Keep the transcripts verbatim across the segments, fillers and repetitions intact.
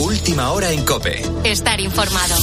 Última hora en COPE. Estar informado.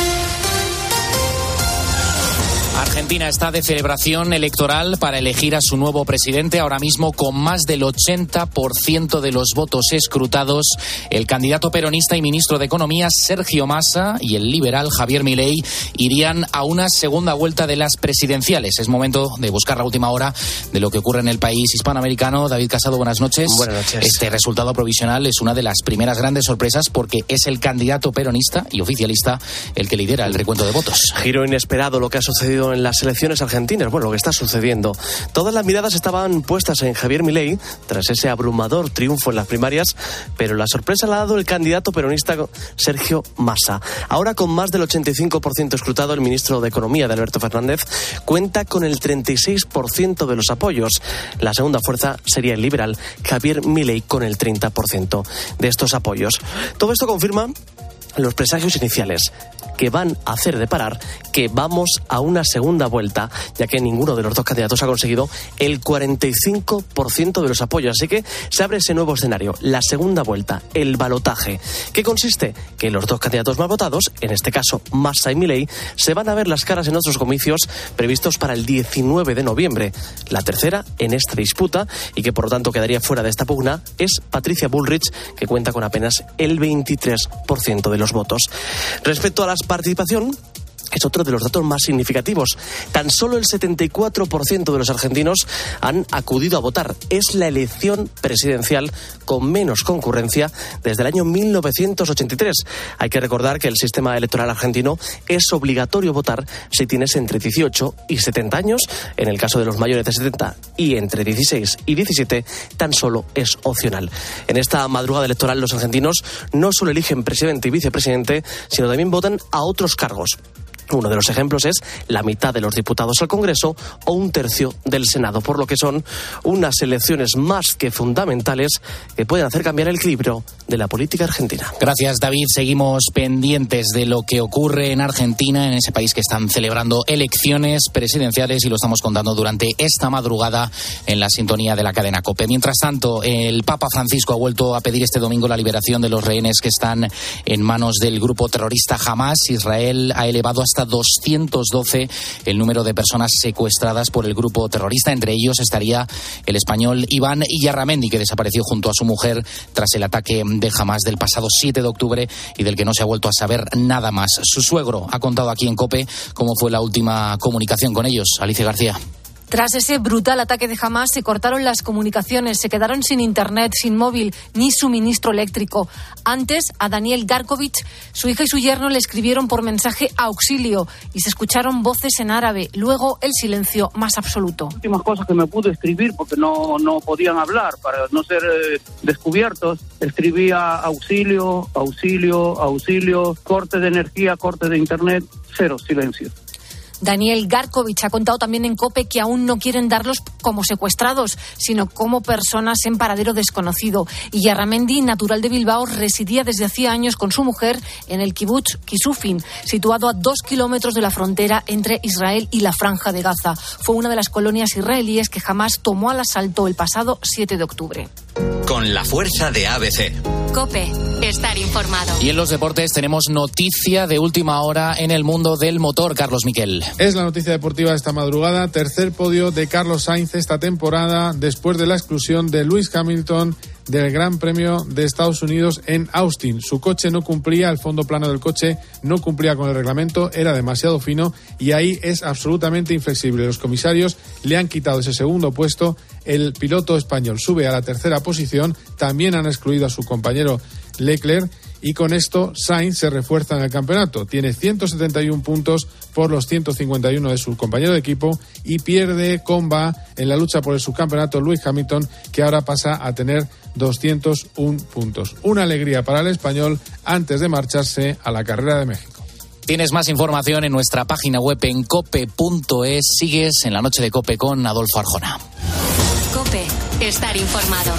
Argentina está de celebración electoral para elegir a su nuevo presidente. Ahora mismo, con más del ochenta por ciento de los votos escrutados, el candidato peronista y ministro de Economía, Sergio Massa, y el liberal Javier Milei irían a una segunda vuelta de las presidenciales. Es momento de buscar la última hora de lo que ocurre en el país hispanoamericano. David Casado, buenas noches. Buenas noches. Este resultado provisional es una de las primeras grandes sorpresas porque es el candidato peronista y oficialista el que lidera el recuento de votos. Giro inesperado lo que ha sucedido en las elecciones argentinas. Bueno, lo que está sucediendo. Todas las miradas estaban puestas en Javier Milei tras ese abrumador triunfo en las primarias, pero la sorpresa la ha dado el candidato peronista Sergio Massa. Ahora, con más del ochenta y cinco por ciento escrutado, el ministro de Economía de Alberto Fernández cuenta con el treinta y seis por ciento de los apoyos. La segunda fuerza sería el liberal Javier Milei con el treinta por ciento de estos apoyos. Todo esto confirma los presagios iniciales que van a hacer de parar que vamos a una segunda vuelta, ya que ninguno de los dos candidatos ha conseguido el cuarenta y cinco por ciento de los apoyos. Así que se abre ese nuevo escenario, la segunda vuelta, el balotaje. ¿Qué consiste? Que los dos candidatos más votados, en este caso Massa y Milei, se van a ver las caras en otros comicios previstos para el diecinueve de noviembre. La tercera en esta disputa, y que por lo tanto quedaría fuera de esta pugna, es Patricia Bullrich, que cuenta con apenas el veintitrés por ciento de los votos. Respecto a la participación, es otro de los datos más significativos. Tan solo el setenta y cuatro por ciento de los argentinos han acudido a votar. Es la elección presidencial con menos concurrencia desde el año mil novecientos ochenta y tres. Hay que recordar que el sistema electoral argentino es obligatorio votar si tienes entre dieciocho y setenta años. En el caso de los mayores de setenta y entre dieciséis y diecisiete, tan solo es opcional. En esta madrugada electoral, los argentinos no solo eligen presidente y vicepresidente, sino también votan a otros cargos. Uno de los ejemplos es la mitad de los diputados al Congreso o un tercio del Senado, por lo que son unas elecciones más que fundamentales que pueden hacer cambiar el equilibrio de la política argentina. Gracias, David. Seguimos pendientes de lo que ocurre en Argentina, en ese país que están celebrando elecciones presidenciales, y lo estamos contando durante esta madrugada en la sintonía de la cadena COPE. Mientras tanto, el Papa Francisco ha vuelto a pedir este domingo la liberación de los rehenes que están en manos del grupo terrorista Hamás. Israel ha elevado hasta doscientos doce el número de personas secuestradas por el grupo terrorista. Entre ellos estaría el español Iván Iyarramendi, que desapareció junto a su mujer tras el ataque de Hamás del pasado siete de octubre y del que no se ha vuelto a saber nada más. Su suegro ha contado aquí en COPE cómo fue la última comunicación con ellos. Alicia García. Tras ese brutal ataque de Hamás se cortaron las comunicaciones, se quedaron sin internet, sin móvil, ni suministro eléctrico. Antes, a Daniel Garkovich, su hija y su yerno le escribieron por mensaje auxilio y se escucharon voces en árabe. Luego, el silencio más absoluto. Las últimas cosas que me pude escribir, porque no, no podían hablar, para no ser eh, descubiertos, escribía auxilio, auxilio, auxilio, corte de energía, corte de internet, cero, silencio. Daniel Garkovich ha contado también en COPE que aún no quieren darlos como secuestrados, sino como personas en paradero desconocido. Y Iyarramendi, natural de Bilbao, residía desde hacía años con su mujer en el kibutz Kisufin, situado a dos kilómetros de la frontera entre Israel y la Franja de Gaza. Fue una de las colonias israelíes que jamás tomó al asalto el pasado siete de octubre. Con la fuerza de A B C. COPE, estar informado. Y en los deportes tenemos noticia de última hora en el mundo del motor, Carlos Miquel. Es la noticia deportiva de esta madrugada. Tercer podio de Carlos Sainz esta temporada después de la exclusión de Lewis Hamilton del Gran Premio de Estados Unidos en Austin. Su coche no cumplía, el fondo plano del coche no cumplía con el reglamento, era demasiado fino y ahí es absolutamente inflexible. Los comisarios le han quitado ese segundo puesto. El piloto español sube a la tercera posición. También han excluido a su compañero Leclerc y con esto Sainz se refuerza en el campeonato. Tiene ciento setenta y uno puntos por los ciento cincuenta y uno de su compañero de equipo y pierde comba en la lucha por el subcampeonato Lewis Hamilton, que ahora pasa a tener doscientos uno puntos. Una alegría para el español antes de marcharse a la carrera de México. Tienes más información en nuestra página web en cope punto es. Sigues en la noche de COPE con Adolfo Arjona. COPE, estar informado.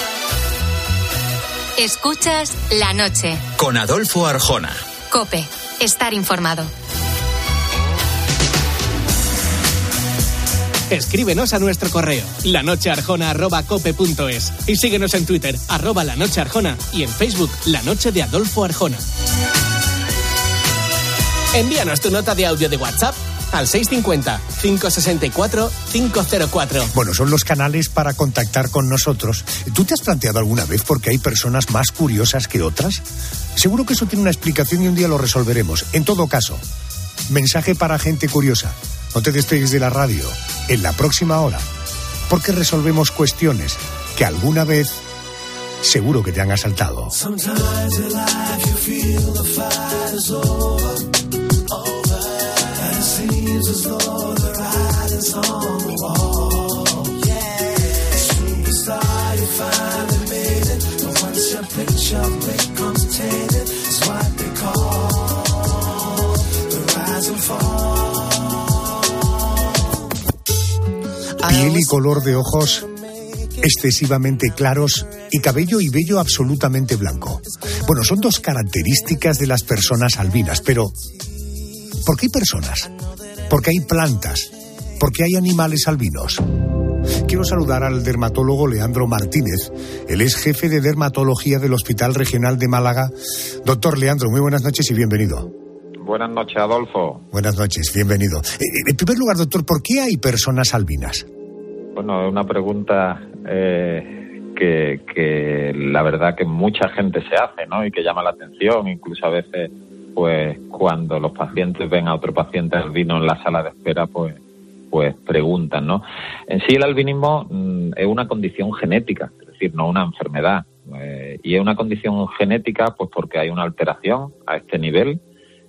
Escuchas La Noche. Con Adolfo Arjona. COPE, estar informado. Escríbenos a nuestro correo lanochearjona arroba cope punto es y síguenos en Twitter arroba lanochearjona y en Facebook La Noche de Adolfo Arjona. Envíanos tu nota de audio de WhatsApp al seis cinco cero, cinco seis cuatro, cinco cero cuatro. Bueno, son los canales para contactar con nosotros. ¿Tú te has planteado alguna vez por qué hay personas más curiosas que otras? Seguro que eso tiene una explicación y un día lo resolveremos. En todo caso, mensaje para gente curiosa. No te despegues de la radio en la próxima hora, porque resolvemos cuestiones que alguna vez seguro que te han asaltado. Piel y color de ojos excesivamente claros y cabello y vello absolutamente blanco. Bueno, son dos características de las personas albinas, pero ¿por qué hay personas? ¿Por qué hay plantas? ¿Por qué hay animales albinos? Quiero saludar al dermatólogo Leandro Martínez. Él es jefe de dermatología del Hospital Regional de Málaga. Doctor Leandro, muy buenas noches y bienvenido. Buenas noches, Adolfo. Buenas noches, bienvenido. En primer lugar, doctor, ¿por qué hay personas albinas? Bueno, es una pregunta eh, que, que la verdad que mucha gente se hace, ¿no? Y que llama la atención, incluso a veces, pues, cuando los pacientes ven a otro paciente albino en la sala de espera, pues, pues preguntan, ¿no? En sí, el albinismo mmm, es una condición genética, es decir, no una enfermedad. Eh, y es una condición genética, pues, porque hay una alteración a este nivel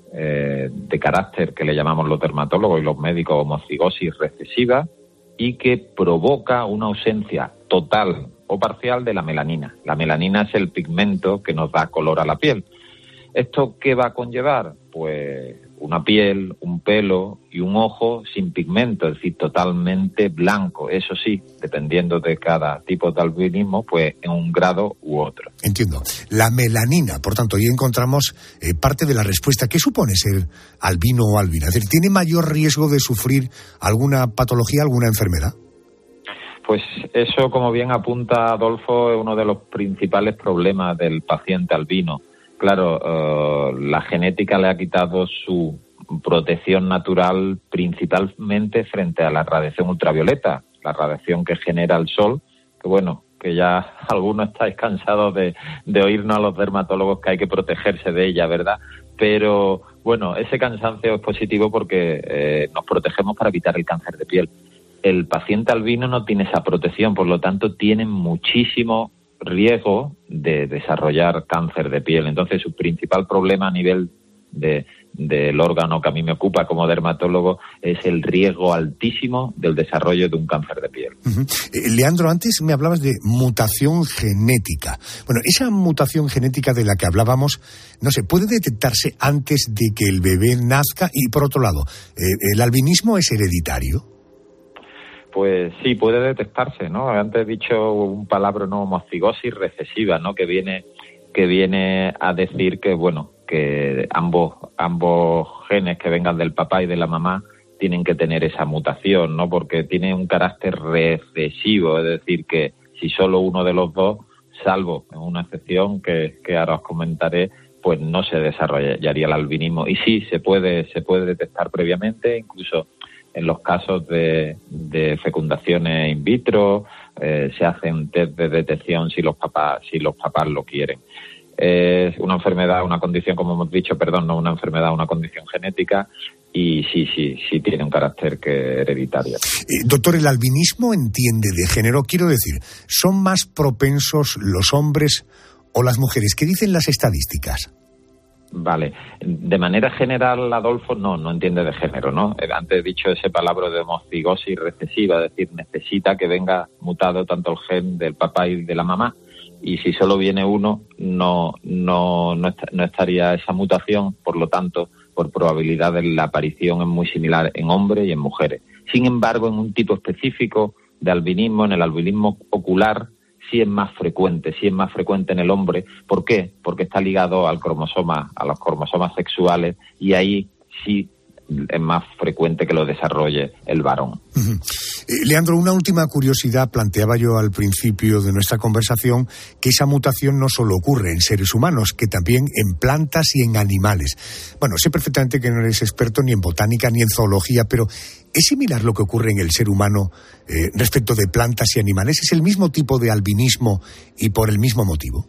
eh, de carácter que le llamamos los dermatólogos y los médicos homocigosis recesiva, y que provoca una ausencia total o parcial de la melanina. La melanina es el pigmento que nos da color a la piel. ¿Esto qué va a conllevar? Pues una piel, un pelo y un ojo sin pigmento, es decir, totalmente blanco. Eso sí, dependiendo de cada tipo de albinismo, pues en un grado u otro. Entiendo. La melanina, por tanto, ahí encontramos eh, parte de la respuesta. ¿Qué supone ser albino o albina? Es decir, ¿tiene mayor riesgo de sufrir alguna patología, alguna enfermedad? Pues eso, como bien apunta Adolfo, es uno de los principales problemas del paciente albino. Claro, uh, la genética le ha quitado su protección natural principalmente frente a la radiación ultravioleta, la radiación que genera el sol, que bueno, que ya algunos estáis cansados de, de oírnos a los dermatólogos que hay que protegerse de ella, ¿verdad? Pero bueno, ese cansancio es positivo porque eh, nos protegemos para evitar el cáncer de piel. El paciente albino no tiene esa protección, por lo tanto tiene muchísimo riesgo de desarrollar cáncer de piel. Entonces, su principal problema a nivel de del órgano que a mí me ocupa como dermatólogo es el riesgo altísimo del desarrollo de un cáncer de piel. Uh-huh. Eh, Leandro, antes me hablabas de mutación genética. Bueno, esa mutación genética de la que hablábamos, no sé, ¿puede detectarse antes de que el bebé nazca? Y por otro lado, eh, ¿el albinismo es hereditario? Pues sí, puede detectarse, ¿no? Antes he dicho un palabra, ¿no? Homocigosis recesiva, ¿no? Que viene, que viene a decir que, bueno, que ambos, ambos genes que vengan del papá y de la mamá tienen que tener esa mutación, ¿no? Porque tiene un carácter recesivo, es decir, que si solo uno de los dos, salvo en una excepción que, que ahora os comentaré, pues no se desarrollaría el albinismo. Y sí, se puede, se puede detectar previamente, incluso en los casos de, de fecundaciones in vitro, eh, se hacen test de detección si los papás, si los papás lo quieren. Es una enfermedad, una condición, como hemos dicho, perdón, no una enfermedad, una condición genética, y sí, sí, sí tiene un carácter que hereditario. Eh, doctor, ¿el albinismo entiende de género? Quiero decir, ¿son más propensos los hombres o las mujeres? ¿Qué dicen las estadísticas? Vale. De manera general, Adolfo, no, no entiende de género, ¿no? Antes he dicho ese palabra de homocigosis recesiva, es decir, necesita que venga mutado tanto el gen del papá y de la mamá, y si solo viene uno, no, no, no, est- no estaría esa mutación, por lo tanto, por probabilidad la aparición es muy similar en hombres y en mujeres. Sin embargo, en un tipo específico de albinismo, en el albinismo ocular, sí es más frecuente, sí es más frecuente en el hombre. ¿Por qué? Porque está ligado al cromosoma, a los cromosomas sexuales, y ahí sí es más frecuente que lo desarrolle el varón. Uh-huh. Eh, Leandro, una última curiosidad. Planteaba yo al principio de nuestra conversación que esa mutación no solo ocurre en seres humanos, que también en plantas y en animales. Bueno, sé perfectamente que no eres experto ni en botánica ni en zoología, pero ¿es similar lo que ocurre en el ser humano eh, respecto de plantas y animales? ¿Es el mismo tipo de albinismo y por el mismo motivo?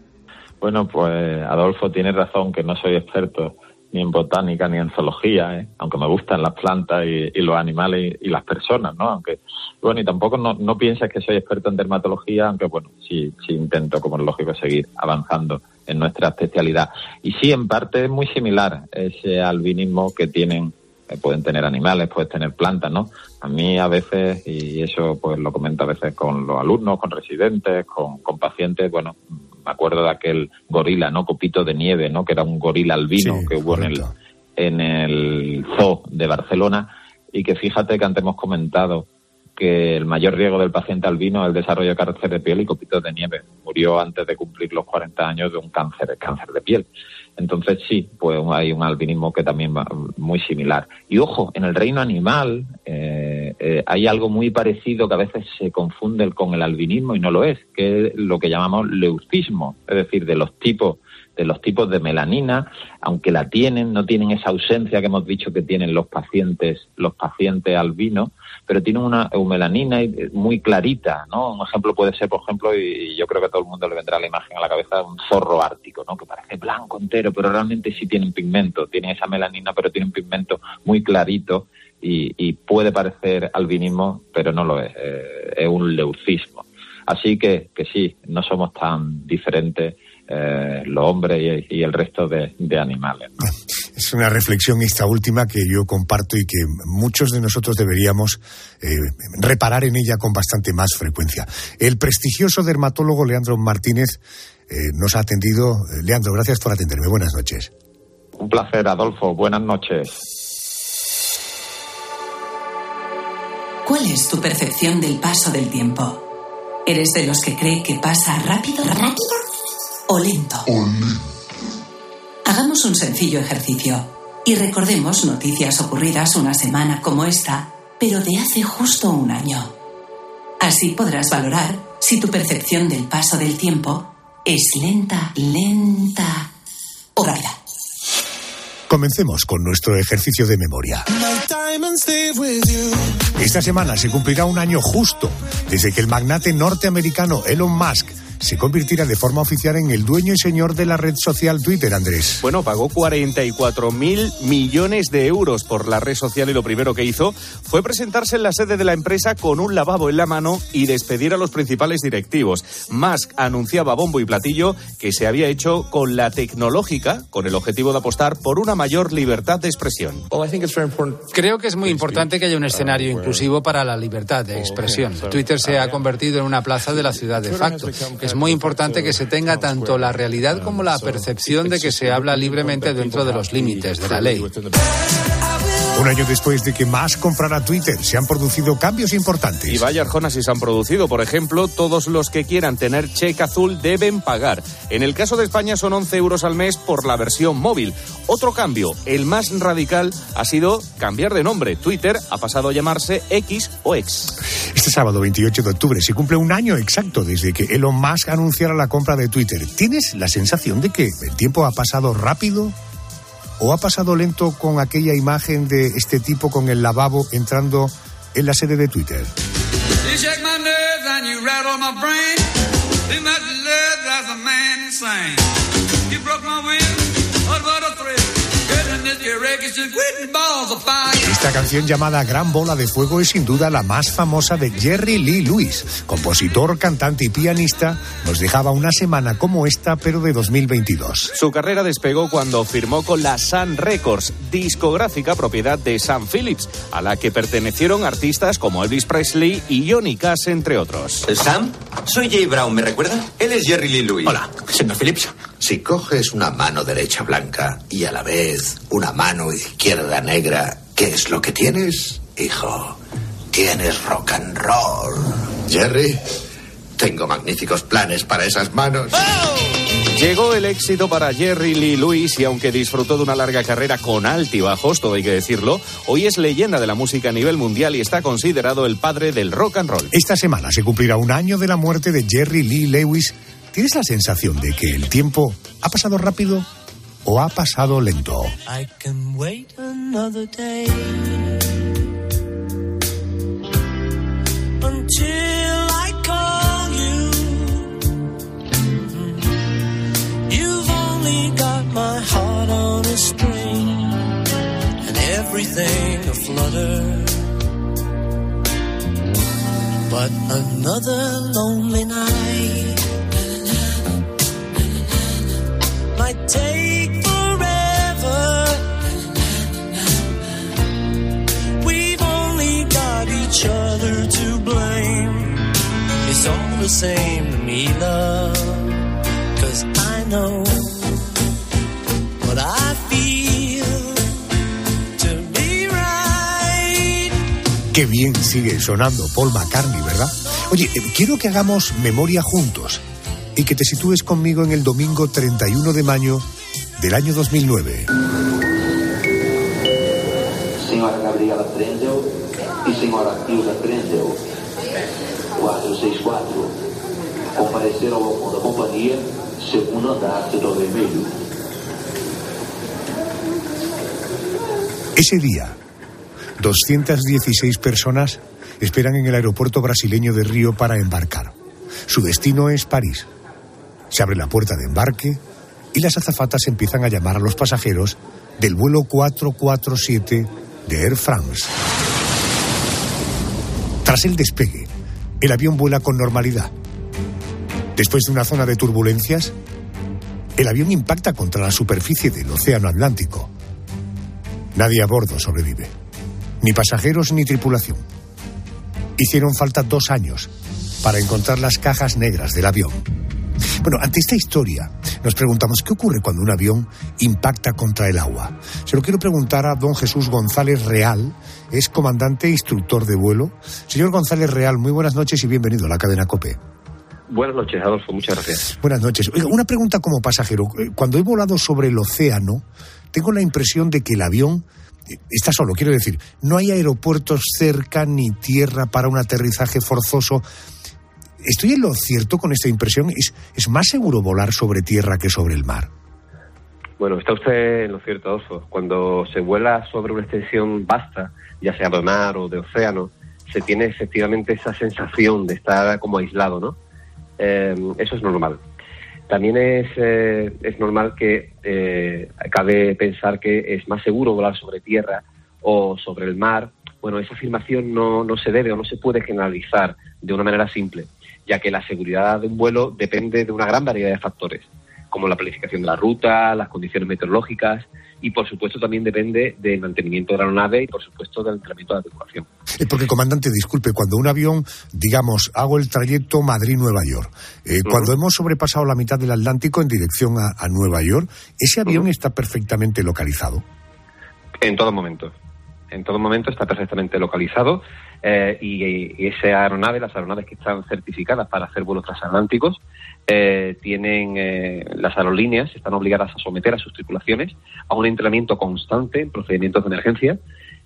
Bueno, pues Adolfo tiene razón, que no soy experto ni en botánica ni en zoología, ¿eh? Aunque me gustan las plantas y, y los animales y, y las personas, ¿no? Aunque, bueno, y tampoco no, no pienses que soy experto en dermatología, aunque, bueno, sí, sí intento, como es lógico, seguir avanzando en nuestra especialidad. Y sí, en parte es muy similar ese albinismo que tienen, eh, pueden tener animales, pueden tener plantas, ¿no? A mí a veces, y eso pues lo comento a veces con los alumnos, con residentes, con, con pacientes, bueno, me acuerdo de aquel gorila, ¿no? Copito de Nieve, ¿no? Que era un gorila albino, sí, que hubo en el, en el zoo de Barcelona, y que fíjate que antes hemos comentado que el mayor riesgo del paciente albino es el desarrollo de cáncer de piel, y Copito de Nieve murió antes de cumplir los cuarenta años de un cáncer, cáncer de piel. Entonces sí, pues hay un albinismo que también va muy similar. Y ojo, en el reino animal eh, eh, hay algo muy parecido que a veces se confunde con el albinismo y no lo es, que es lo que llamamos leucismo, es decir, de los tipos de los tipos de melanina, aunque la tienen, no tienen esa ausencia que hemos dicho que tienen los pacientes, los pacientes albinos, pero tienen una eumelanina muy clarita, ¿no? Un ejemplo puede ser, por ejemplo, y yo creo que a todo el mundo le vendrá la imagen a la cabeza, un zorro ártico, ¿no? Que parece blanco entero, pero realmente sí tienen pigmento, tienen esa melanina, pero tienen pigmento muy clarito, y, y puede parecer albinismo, pero no lo es, eh, es un leucismo. Así que, que sí, no somos tan diferentes Eh, los hombres y, y el resto de, de animales, ¿no? Es una reflexión esta última que yo comparto y que muchos de nosotros deberíamos eh, reparar en ella con bastante más frecuencia. El prestigioso dermatólogo Leandro Martínez eh, nos ha atendido. Leandro, gracias por atenderme. Buenas noches. Un placer, Adolfo. Buenas noches. ¿Cuál es tu percepción del paso del tiempo? ¿Eres de los que cree que pasa rápido? ¿Rápido? ¿O lento? Hagamos un sencillo ejercicio y recordemos noticias ocurridas una semana como esta, pero de hace justo un año. Así podrás valorar si tu percepción del paso del tiempo es lenta, lenta o rápida. Comencemos con nuestro ejercicio de memoria. Esta semana se cumplirá un año justo desde que el magnate norteamericano Elon Musk se convirtiera de forma oficial en el dueño y señor de la red social Twitter, Andrés. Bueno, pagó cuarenta y cuatro mil millones de euros por la red social y lo primero que hizo fue presentarse en la sede de la empresa con un lavabo en la mano y despedir a los principales directivos. Musk anunciaba a bombo y platillo que se había hecho con la tecnológica con el objetivo de apostar por una mayor libertad de expresión. Creo que es muy importante que haya un escenario inclusivo para la libertad de expresión. Twitter se ha convertido en una plaza de la ciudad de facto. Es muy importante que se tenga tanto la realidad como la percepción de que se habla libremente dentro de los límites de la ley. Un año después de que Musk comprara Twitter, se han producido cambios importantes. Y vaya Arjona si se han producido. Por ejemplo, todos los que quieran tener cheque azul deben pagar. En el caso de España son once euros al mes por la versión móvil. Otro cambio, el más radical, ha sido cambiar de nombre. Twitter ha pasado a llamarse X o X. Este sábado veintiocho de octubre se cumple un año exacto desde que Elon Musk anunciara la compra de Twitter. ¿Tienes la sensación de que el tiempo ha pasado rápido? ¿O ha pasado lento con aquella imagen de este tipo con el lavabo entrando en la sede de Twitter? Esta canción llamada Gran Bola de Fuego es sin duda la más famosa de Jerry Lee Lewis, compositor, cantante y pianista. Nos dejaba una semana como esta, pero de dos mil veintidós. Su carrera despegó cuando firmó con la Sun Records, discográfica propiedad de Sam Phillips, a la que pertenecieron artistas como Elvis Presley y Johnny Cash, entre otros. Sam, soy Jay Brown, ¿me recuerda? Él es Jerry Lee Lewis. Hola, señor Phillips. Si coges una mano derecha blanca y a la vez una mano izquierda negra, ¿qué es lo que tienes, hijo? Tienes rock and roll. Jerry, Tengo magníficos planes para esas manos. Llegó el éxito para Jerry Lee Lewis y aunque disfrutó de una larga carrera con altibajos, todo hay que decirlo, hoy es leyenda de la música a nivel mundial y está considerado el padre del rock and roll. Esta semana se cumplirá un año de la muerte de Jerry Lee Lewis. ¿Tienes la sensación de que el tiempo ha pasado rápido o ha pasado lento? I can wait another day until I call you. You've only got my heart on a string and everything aflutter. But another lonely night might take forever. We've only got each other to blame. It's all the same to me, love, 'cause I know what I feel to be right. Qué bien sigue sonando Paul McCartney, ¿verdad? Oye, eh, quiero que hagamos memoria juntos y que te sitúes conmigo en el domingo treinta y uno de mayo del año dos mil nueve. Senhora Gabriela Prendel e senhora Ilda Prendel, quatrocentos e sessenta e quatro, compareceram ao balcão da companhia, segundo andar, setor vermelho. Ese día, doscientas dieciséis personas esperan en el aeropuerto brasileño de Río para embarcar. Su destino es París. Se abre la puerta de embarque y las azafatas empiezan a llamar a los pasajeros del vuelo cuatrocientos cuarenta y siete de Air France. Tras el despegue, el avión vuela con normalidad. Después de una zona de turbulencias, el avión impacta contra la superficie del Océano Atlántico. Nadie a bordo sobrevive, ni pasajeros ni tripulación. Hicieron falta dos años para encontrar las cajas negras del avión. Bueno, ante esta historia nos preguntamos qué ocurre cuando un avión impacta contra el agua. Se lo quiero preguntar a don Jesús González Real, es comandante e instructor de vuelo. Señor González Real, muy buenas noches y bienvenido a la cadena COPE. Buenas noches, Adolfo, muchas gracias. Buenas noches. Oiga, una pregunta como pasajero. Cuando he volado sobre el océano, tengo la impresión de que el avión está solo, quiero decir, no hay aeropuertos cerca ni tierra para un aterrizaje forzoso. ¿Estoy en lo cierto con esta impresión? ¿Es, es más seguro volar sobre tierra que sobre el mar? Bueno, está usted en lo cierto, Adolfo. Cuando se vuela sobre una extensión vasta, ya sea de mar o de océano, se tiene efectivamente esa sensación de estar como aislado, ¿no? Eh, eso es normal. También es, eh, es normal que eh, cabe pensar que es más seguro volar sobre tierra o sobre el mar. Bueno, esa afirmación no, no se debe o no se puede generalizar de una manera simple, ya que la seguridad de un vuelo depende de una gran variedad de factores, como la planificación de la ruta, las condiciones meteorológicas y, por supuesto, también depende del mantenimiento de la aeronave y, por supuesto, del entrenamiento de la tripulación. Porque, comandante, disculpe, cuando un avión, digamos, hago el trayecto Madrid-Nueva York, eh, uh-huh. cuando hemos sobrepasado la mitad del Atlántico en dirección a, a Nueva York, ¿ese avión uh-huh. está perfectamente localizado? En todo momento. En todo momento está perfectamente localizado eh, y, y esa aeronave, las aeronaves que están certificadas para hacer vuelos transatlánticos, eh, tienen eh, las aerolíneas están obligadas a someter a sus tripulaciones a un entrenamiento constante en procedimientos de emergencia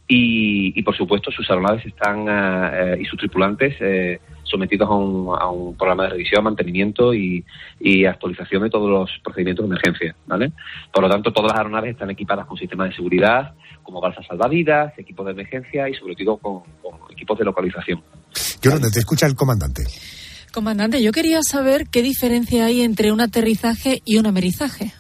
y, y por supuesto, sus aeronaves están eh, y sus tripulantes eh, sometidos a un, a un programa de revisión, mantenimiento y, y actualización de todos los procedimientos de emergencia, ¿vale? Por lo tanto, todas las aeronaves están equipadas con sistemas de seguridad, como balsas salvavidas, equipos de emergencia y, sobre todo, con, con equipos de localización. Yolanda, te escucha el comandante. Comandante, yo quería saber qué diferencia hay entre un aterrizaje y un amerizaje.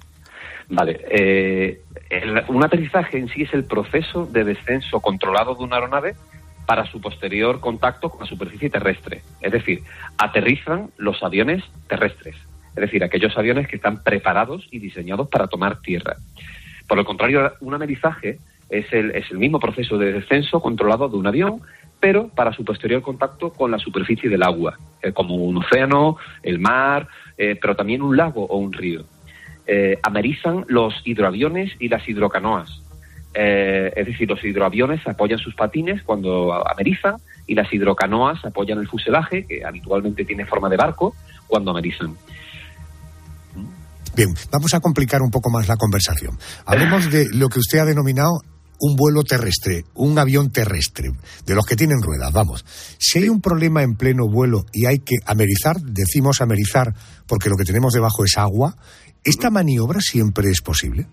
Vale, eh, el, un aterrizaje en sí es el proceso de descenso controlado de una aeronave para su posterior contacto con la superficie terrestre. Es decir, aterrizan los aviones terrestres, es decir, aquellos aviones que están preparados y diseñados para tomar tierra. Por el contrario, un amerizaje es el, es el mismo proceso de descenso controlado de un avión, pero para su posterior contacto con la superficie del agua, eh, como un océano, el mar, eh, pero también un lago o un río. Eh, amerizan los hidroaviones y las hidrocanoas. Eh, es decir, los hidroaviones apoyan sus patines cuando amerizan y las hidrocanoas apoyan el fuselaje, que habitualmente tiene forma de barco, cuando amerizan. Bien, vamos a complicar un poco más la conversación. Hablemos de lo que usted ha denominado un vuelo terrestre, un avión terrestre, de los que tienen ruedas, vamos. Si hay un problema en pleno vuelo y hay que amerizar, decimos amerizar porque lo que tenemos debajo es agua, ¿esta maniobra siempre es posible?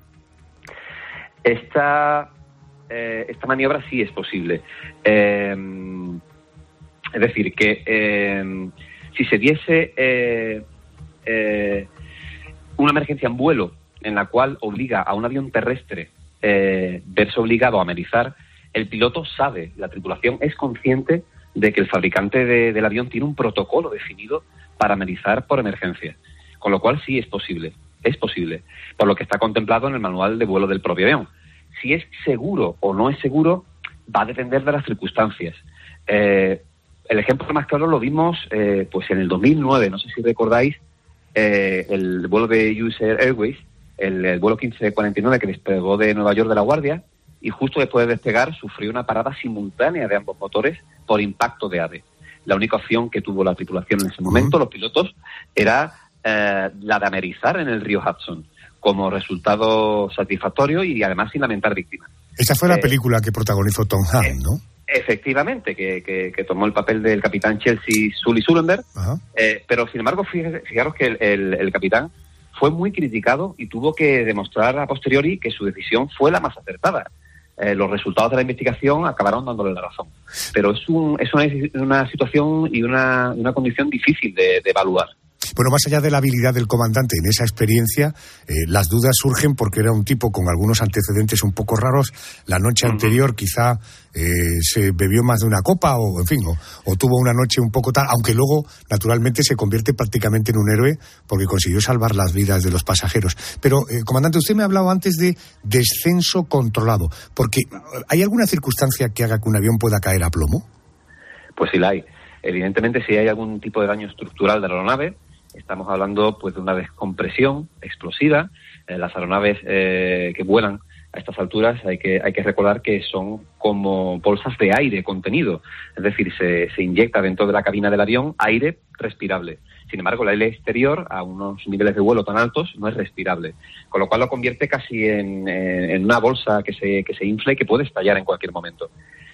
Esta, eh, esta maniobra sí es posible. Eh, es decir, que eh, si se diese eh, eh, una emergencia en vuelo en la cual obliga a un avión terrestre eh, verse obligado a amerizar, el piloto sabe, la tripulación es consciente de que el fabricante de, del avión tiene un protocolo definido para amerizar por emergencia, con lo cual sí es posible. Es posible, por lo que está contemplado en el manual de vuelo del propio avión. Si es seguro o no es seguro, va a depender de las circunstancias. Eh, el ejemplo más claro lo vimos eh, pues en el dos mil nueve, no sé si recordáis, eh, el vuelo de U S Airways, el, el vuelo quince cuarenta y nueve que despegó de Nueva York de La Guardia, y justo después de despegar sufrió una parada simultánea de ambos motores por impacto de ave. La única opción que tuvo la tripulación en ese momento, los pilotos, era Eh, la de amerizar en el río Hudson, como resultado satisfactorio y además sin lamentar víctimas. Esa fue la eh, película que protagonizó Tom Hanks, ¿no? Efectivamente, que, que, que tomó el papel del capitán Chelsea Sully Sullenberg, eh, pero sin embargo, fíjate, fijaros que el, el, el capitán fue muy criticado y tuvo que demostrar a posteriori que su decisión fue la más acertada. Eh, los resultados de la investigación acabaron dándole la razón. Pero es, un, es una, una situación y una, una condición difícil de, de evaluar. Bueno, más allá de la habilidad del comandante en esa experiencia, eh, las dudas surgen porque era un tipo con algunos antecedentes un poco raros. La noche uh-huh. anterior quizá eh, se bebió más de una copa o, en fin, o, o tuvo una noche un poco tal, aunque luego, naturalmente, se convierte prácticamente en un héroe porque consiguió salvar las vidas de los pasajeros. Pero, eh, comandante, usted me ha hablado antes de descenso controlado, porque ¿hay alguna circunstancia que haga que un avión pueda caer a plomo? Pues sí la hay. Evidentemente, si hay algún tipo de daño estructural de la aeronave, estamos hablando pues de una descompresión explosiva. Eh, las aeronaves eh, que vuelan a estas alturas hay que hay que recordar que son como bolsas de aire contenido, es decir, se, se inyecta dentro de la cabina del avión aire respirable. Sin embargo, el aire exterior a unos niveles de vuelo tan altos no es respirable, con lo cual lo convierte casi en, en, en una bolsa que se que se infla y que puede estallar en cualquier momento,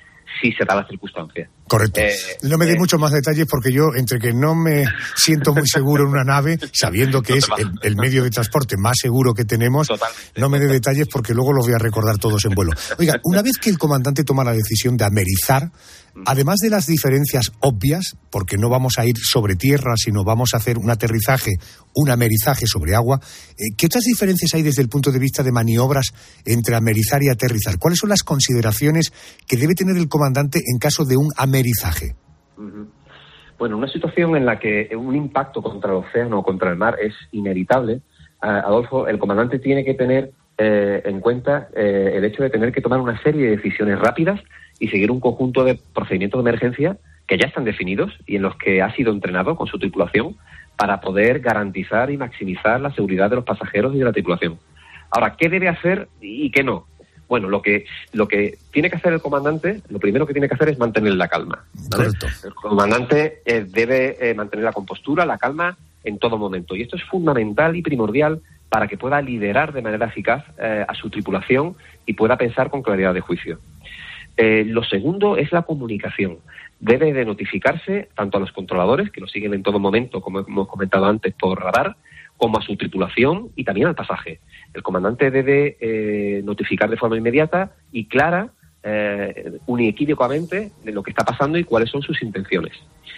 si se da la circunstancia. Correcto. Eh, no me dé eh, muchos más detalles porque yo, entre que no me siento muy seguro en una nave, sabiendo que es el, el medio de transporte más seguro que tenemos, totalmente. No me dé detalles porque luego los voy a recordar todos en vuelo. Oiga, una vez que el comandante toma la decisión de amerizar, además de las diferencias obvias, porque no vamos a ir sobre tierra, sino vamos a hacer un aterrizaje, un amerizaje sobre agua, eh, ¿qué otras diferencias hay desde el punto de vista de maniobras entre amerizar y aterrizar? ¿Cuáles son las consideraciones que debe tener el comandante en caso de un amerizaje? Uh-huh. Bueno, una situación en la que un impacto contra el océano o contra el mar es inevitable, uh, Adolfo, el comandante tiene que tener eh, en cuenta eh, el hecho de tener que tomar una serie de decisiones rápidas y seguir un conjunto de procedimientos de emergencia que ya están definidos y en los que ha sido entrenado con su tripulación para poder garantizar y maximizar la seguridad de los pasajeros y de la tripulación. Ahora, ¿qué debe hacer y qué no? Bueno, lo que lo que tiene que hacer el comandante, lo primero que tiene que hacer es mantener la calma, ¿vale? El comandante eh, debe eh, mantener la compostura, la calma en todo momento. Y esto es fundamental y primordial para que pueda liderar de manera eficaz eh, a su tripulación y pueda pensar con claridad de juicio. Eh, lo segundo es la comunicación. Debe de notificarse tanto a los controladores, que lo siguen en todo momento, como hemos comentado antes, por radar, como a su tripulación y también al pasaje. El comandante debe eh, notificar de forma inmediata y clara, eh, uniequívocamente, de lo que está pasando y cuáles son sus intenciones.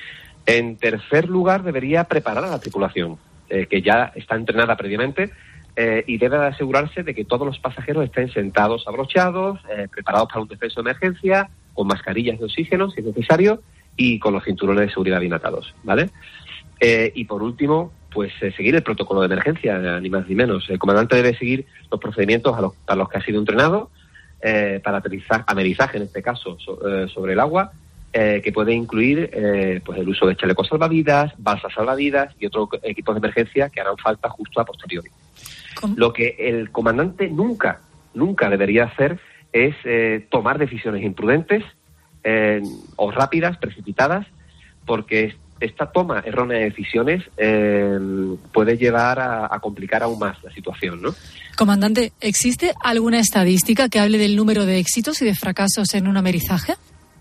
En tercer lugar, debería preparar a la tripulación, eh, que ya está entrenada previamente, eh, y debe asegurarse de que todos los pasajeros estén sentados abrochados, eh, preparados para un descenso de emergencia, con mascarillas de oxígeno, si es necesario, y con los cinturones de seguridad bien atados, ¿vale? Eh, y por último, pues eh, seguir el protocolo de emergencia, eh, ni más ni menos. El comandante debe seguir los procedimientos a los, a los que ha sido entrenado eh, para aterrizar, amerizaje en este caso, so, eh, sobre el agua, eh, que puede incluir eh, pues el uso de chalecos salvavidas, balsas salvavidas y otros equipos de emergencia que harán falta justo a posteriori. ¿Cómo? Lo que el comandante nunca, nunca debería hacer es eh, tomar decisiones imprudentes eh, o rápidas, precipitadas, porque esta toma errónea de decisiones eh, puede llevar a, a complicar aún más la situación, ¿no? Comandante, ¿existe alguna estadística que hable del número de éxitos y de fracasos en un amerizaje?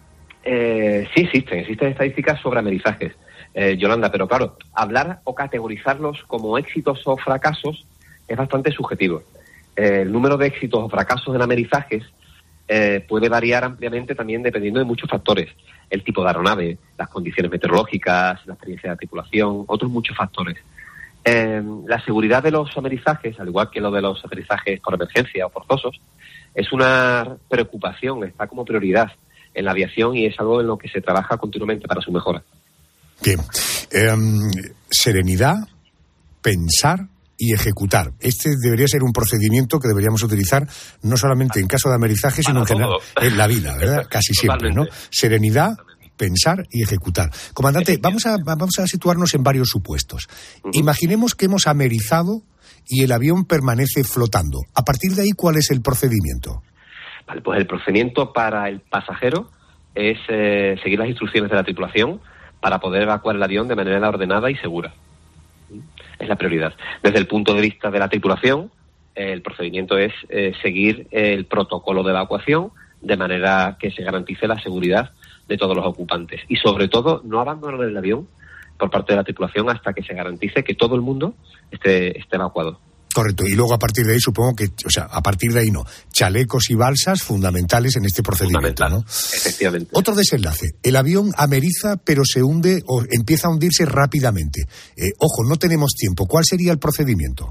Eh, sí existen, existen estadísticas sobre amerizajes, eh, Yolanda, pero claro, hablar o categorizarlos como éxitos o fracasos es bastante subjetivo. Eh, el número de éxitos o fracasos en amerizajes eh, puede variar ampliamente también dependiendo de muchos factores. El tipo de aeronave, las condiciones meteorológicas, la experiencia de la tripulación, otros muchos factores. Eh, la seguridad de los amerizajes, al igual que lo de los amerizajes por emergencia o forzosos, es una preocupación, está como prioridad en la aviación y es algo en lo que se trabaja continuamente para su mejora. Bien. Eh, serenidad, pensar y ejecutar. Este debería ser un procedimiento que deberíamos utilizar no solamente en caso de amerizaje, sino en general en la vida, ¿verdad? Casi siempre, ¿no? Serenidad, pensar y ejecutar. Comandante, vamos a, vamos a situarnos en varios supuestos. Imaginemos que hemos amerizado y el avión permanece flotando. A partir de ahí, ¿cuál es el procedimiento? Vale, pues el procedimiento para el pasajero es eh, seguir las instrucciones de la tripulación para poder evacuar el avión de manera ordenada y segura. Es la prioridad. Desde el punto de vista de la tripulación, eh, el procedimiento es eh, seguir el protocolo de evacuación de manera que se garantice la seguridad de todos los ocupantes. Y sobre todo, no abandonar el avión por parte de la tripulación hasta que se garantice que todo el mundo esté, esté evacuado. Correcto, y luego a partir de ahí supongo que, o sea, a partir de ahí no, chalecos y balsas fundamentales en este procedimiento, ¿no? Efectivamente. Otro desenlace, el avión ameriza pero se hunde o empieza a hundirse rápidamente. Eh, ojo, no tenemos tiempo, ¿cuál sería el procedimiento?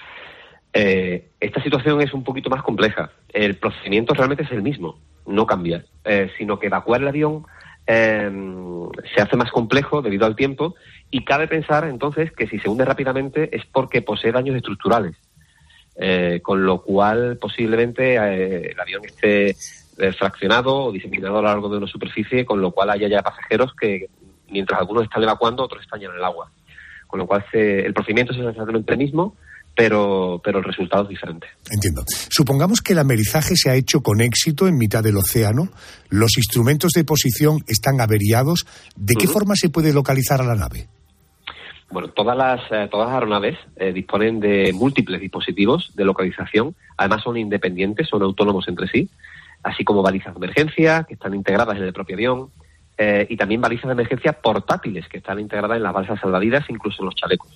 Eh, esta situación es un poquito más compleja. El procedimiento realmente es el mismo, no cambia, eh, sino que evacuar el avión eh, se hace más complejo debido al tiempo. Y cabe pensar, entonces, que si se hunde rápidamente es porque posee daños estructurales, eh, con lo cual posiblemente eh, el avión esté eh, fraccionado o diseminado a lo largo de una superficie, con lo cual haya ya pasajeros que, mientras algunos están evacuando, otros están ya en el agua. Con lo cual se, el procedimiento es exactamente el mismo, pero, pero el resultado es diferente. Entiendo. Supongamos que el amerizaje se ha hecho con éxito en mitad del océano, los instrumentos de posición están averiados. ¿De qué uh-huh. forma se puede localizar a la nave? Bueno, todas las, eh, todas las aeronaves eh, disponen de múltiples dispositivos de localización, además son independientes, son autónomos entre sí, así como balizas de emergencia que están integradas en el propio avión eh, y también balizas de emergencia portátiles que están integradas en las balsas salvavidas, incluso en los chalecos.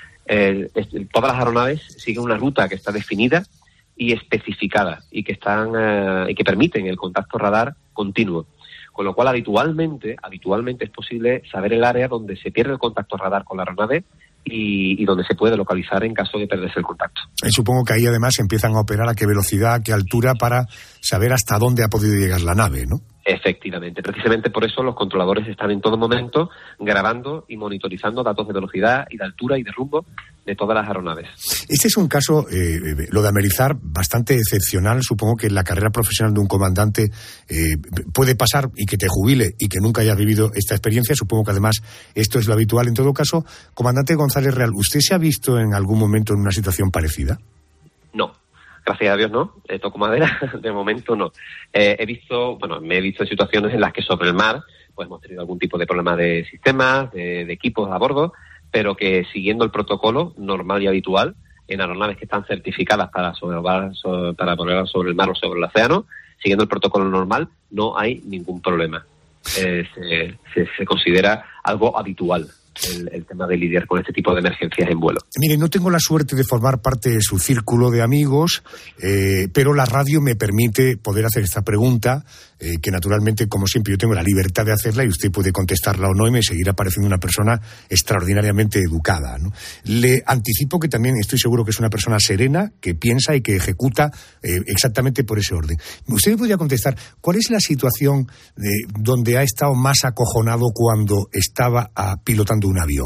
Eh, es, todas las aeronaves siguen una ruta que está definida y especificada y que están eh, y que permiten el contacto radar continuo. Con lo cual, habitualmente, habitualmente es posible saber el área donde se pierde el contacto radar con la aeronave y, y donde se puede localizar en caso de perderse el contacto. Y supongo que ahí además empiezan a operar a qué velocidad, a qué altura para saber hasta dónde ha podido llegar la nave, ¿no? Efectivamente. Precisamente por eso los controladores están en todo momento grabando y monitorizando datos de velocidad y de altura y de rumbo de todas las aeronaves. Este es un caso, eh, lo de amerizar, bastante excepcional. Supongo que en la carrera profesional de un comandante eh, puede pasar y que te jubile y que nunca hayas vivido esta experiencia. Supongo que además esto es lo habitual. En todo caso, comandante González Real, ¿usted se ha visto en algún momento en una situación parecida? No. Gracias a Dios no, eh, toco madera, de momento no. Eh, he visto, bueno, me he visto en situaciones en las que sobre el mar, pues hemos tenido algún tipo de problema de sistemas, de, de equipos a bordo, pero que siguiendo el protocolo normal y habitual, en aeronaves que están certificadas para sobrevolar, sobre, para volar sobre el mar o sobre el océano, siguiendo el protocolo normal, no hay ningún problema. Eh, se, se, se considera algo habitual. El, el tema de lidiar con este tipo de emergencias en vuelo. Mire, no tengo la suerte de formar parte de su círculo de amigos, eh, pero la radio me permite poder hacer esta pregunta, eh, que naturalmente, como siempre, yo tengo la libertad de hacerla y usted puede contestarla o no y me seguirá pareciendo una persona extraordinariamente educada, ¿no? Le anticipo que también estoy seguro que es una persona serena, que piensa y que ejecuta eh, exactamente por ese orden. Usted me podría contestar, ¿cuál es la situación de, donde ha estado más acojonado cuando estaba a, pilotando un avión?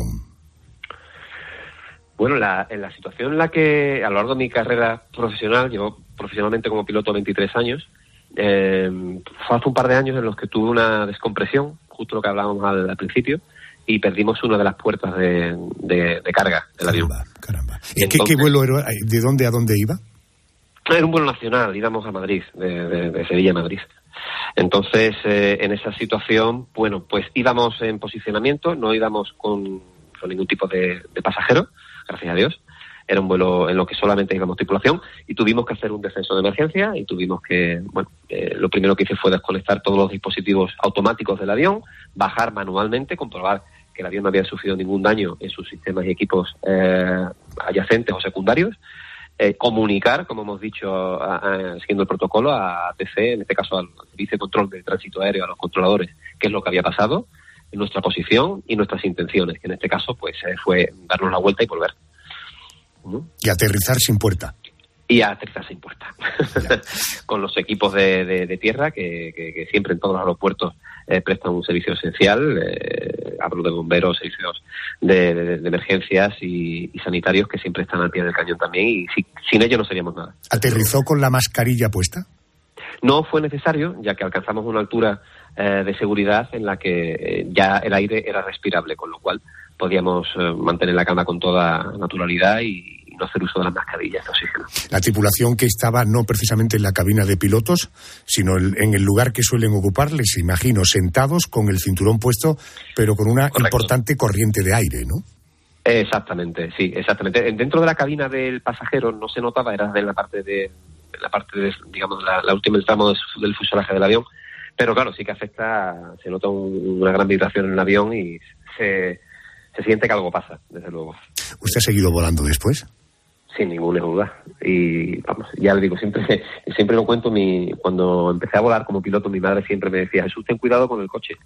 Bueno, la, en la situación en la que a lo largo de mi carrera profesional, llevo profesionalmente como piloto veintitrés años, eh, fue hace un par de años en los que tuve una descompresión, justo lo que hablábamos al, al principio, y perdimos una de las puertas de, de, de carga del avión. Caramba. ¿Y qué, qué vuelo era? ¿De dónde a dónde iba? Era un vuelo nacional, íbamos a Madrid, de, de, de Sevilla a Madrid. Entonces, eh, en esa situación, bueno, pues íbamos en posicionamiento, no íbamos con, con ningún tipo de, de pasajero, gracias a Dios. Era un vuelo en lo que solamente íbamos tripulación y tuvimos que hacer un descenso de emergencia y tuvimos que, bueno, eh, lo primero que hice fue desconectar todos los dispositivos automáticos del avión, bajar manualmente, comprobar que el avión no había sufrido ningún daño en sus sistemas y equipos eh, adyacentes o secundarios, eh, comunicar, como hemos dicho, a, a, siguiendo el protocolo, a A T C, en este caso al Servicio de Control de Tránsito Aéreo, a los controladores, qué es lo que había pasado, nuestra posición y nuestras intenciones, que en este caso pues eh, fue darnos la vuelta y volver. Y aterrizar sin puerta. Y aterrizar sin puerta. Con los equipos de, de, de tierra que, que, que siempre en todos los aeropuertos eh, prestan un servicio esencial. Eh, hablo de bomberos, servicios de, de, de emergencias y, y sanitarios que siempre están al pie del cañón también y si, sin ellos no seríamos nada. ¿Aterrizó con la mascarilla puesta? No fue necesario, ya que alcanzamos una altura eh, de seguridad en la que eh, ya el aire era respirable, con lo cual podíamos eh, mantener la cama con toda naturalidad y, y no hacer uso de las mascarillas de oxígeno. La tripulación que estaba no precisamente en la cabina de pilotos, sino el, en el lugar que suelen ocupar, les imagino, sentados con el cinturón puesto, pero con una Correcto. Importante corriente de aire, ¿no? Exactamente, sí, exactamente. Dentro de la cabina del pasajero no se notaba, era en la parte de, en la parte de, digamos, la, la última el tramo del fuselaje del avión, pero claro, sí que afecta, se nota un, una gran vibración en el avión y se... se siente que algo pasa, desde luego. ¿Usted ha seguido volando después? Sin ninguna duda. Y vamos, ya le digo, siempre siempre lo cuento, mi cuando empecé a volar como piloto, mi madre siempre me decía, Jesús, ten cuidado con el coche.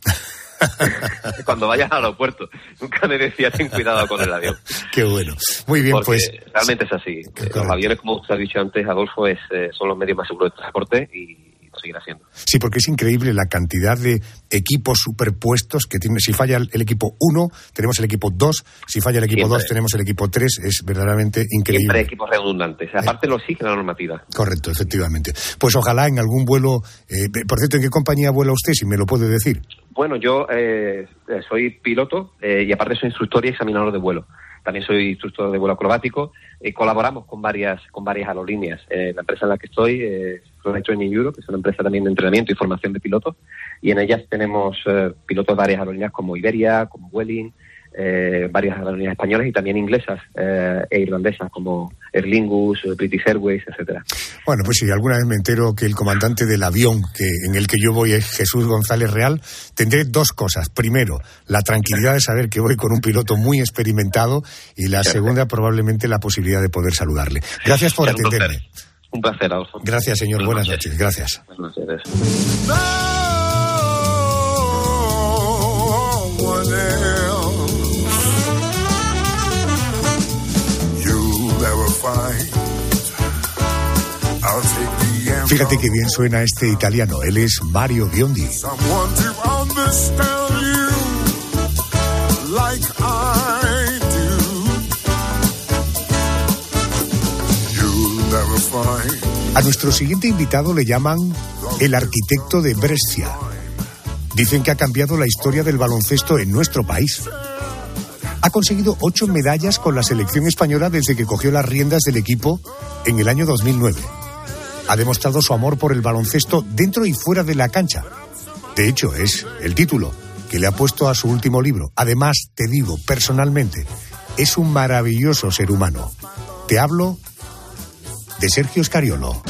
Cuando vayas al aeropuerto. Nunca me decía, ten cuidado con el avión. Qué bueno. Muy bien, porque pues... realmente es así. Correcto. Los aviones, como usted ha dicho antes, Adolfo, es, eh, son los medios más seguros de transporte y seguir haciendo. Sí, porque es increíble la cantidad de equipos superpuestos que tiene. Si falla el equipo uno, tenemos el equipo dos. Si falla el equipo dos, tenemos el equipo tres. Es verdaderamente increíble. Siempre equipos redundantes. Aparte eh, lo exige la normativa. Correcto, efectivamente. Pues ojalá en algún vuelo... Eh, por cierto, ¿en qué compañía vuela usted, si me lo puede decir? Bueno, yo eh, soy piloto eh, y aparte soy instructor y examinador de vuelo. También soy instructor de vuelo acrobático. Eh, colaboramos con varias con varias aerolíneas. Eh, la empresa en la que estoy es Flight Training Europe, que es una empresa también de entrenamiento y formación de pilotos. Y en ellas tenemos eh, pilotos de varias aerolíneas como Iberia, como Vueling, eh, varias aerolíneas españolas y también inglesas eh, e irlandesas como Aer Lingus, British Airways, etcétera. Bueno, pues si alguna vez me entero que el comandante del avión que en el que yo voy es Jesús González Real, tendré dos cosas. Primero, la tranquilidad de saber que voy con un piloto muy experimentado y la segunda, probablemente la posibilidad de poder saludarle. Gracias por atenderme. Un placer, Adolfo. Gracias, señor. Buenas, Buenas noches. Gracias. Buenas noches. Fíjate que bien suena este italiano. Él es Mario Biondi. A nuestro siguiente invitado le llaman el arquitecto de Brescia. Dicen que ha cambiado la historia del baloncesto en nuestro país. Ha conseguido ocho medallas con la selección española desde que cogió las riendas del equipo en el año dos mil nueve. Ha demostrado su amor por el baloncesto dentro y fuera de la cancha. De hecho, es el título que le ha puesto a su último libro. Además, te digo, personalmente, es un maravilloso ser humano. Te hablo de Sergio Scariolo.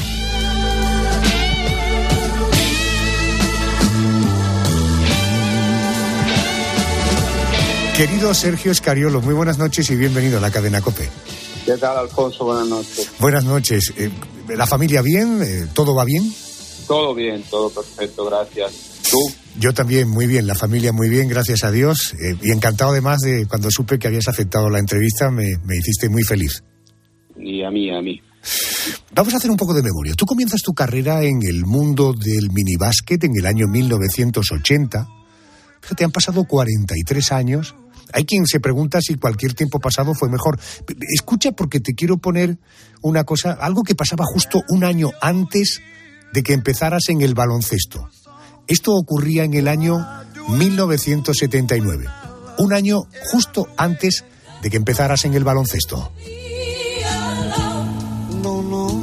Querido Sergio Scariolo, muy buenas noches y bienvenido a la cadena COPE. ¿Qué tal, Alfonso? Buenas noches. Buenas noches. Eh, ¿La familia bien? Eh, ¿Todo va bien? Todo bien, todo perfecto, gracias. ¿Tú? Yo también, muy bien, la familia muy bien, gracias a Dios. Eh, y encantado además de cuando supe que habías aceptado la entrevista, me, me hiciste muy feliz. Y a mí, a mí. Vamos a hacer un poco de memoria. Tú comienzas tu carrera en el mundo del minibásquet en el año mil novecientos ochenta. Fíjate, han pasado cuarenta y tres años. Hay quien se pregunta si cualquier tiempo pasado fue mejor. Escucha, porque te quiero poner una cosa, algo que pasaba justo un año antes de que empezaras en el baloncesto. Esto ocurría en el año mil novecientos setenta y nueve. Un año justo antes de que empezaras en el baloncesto.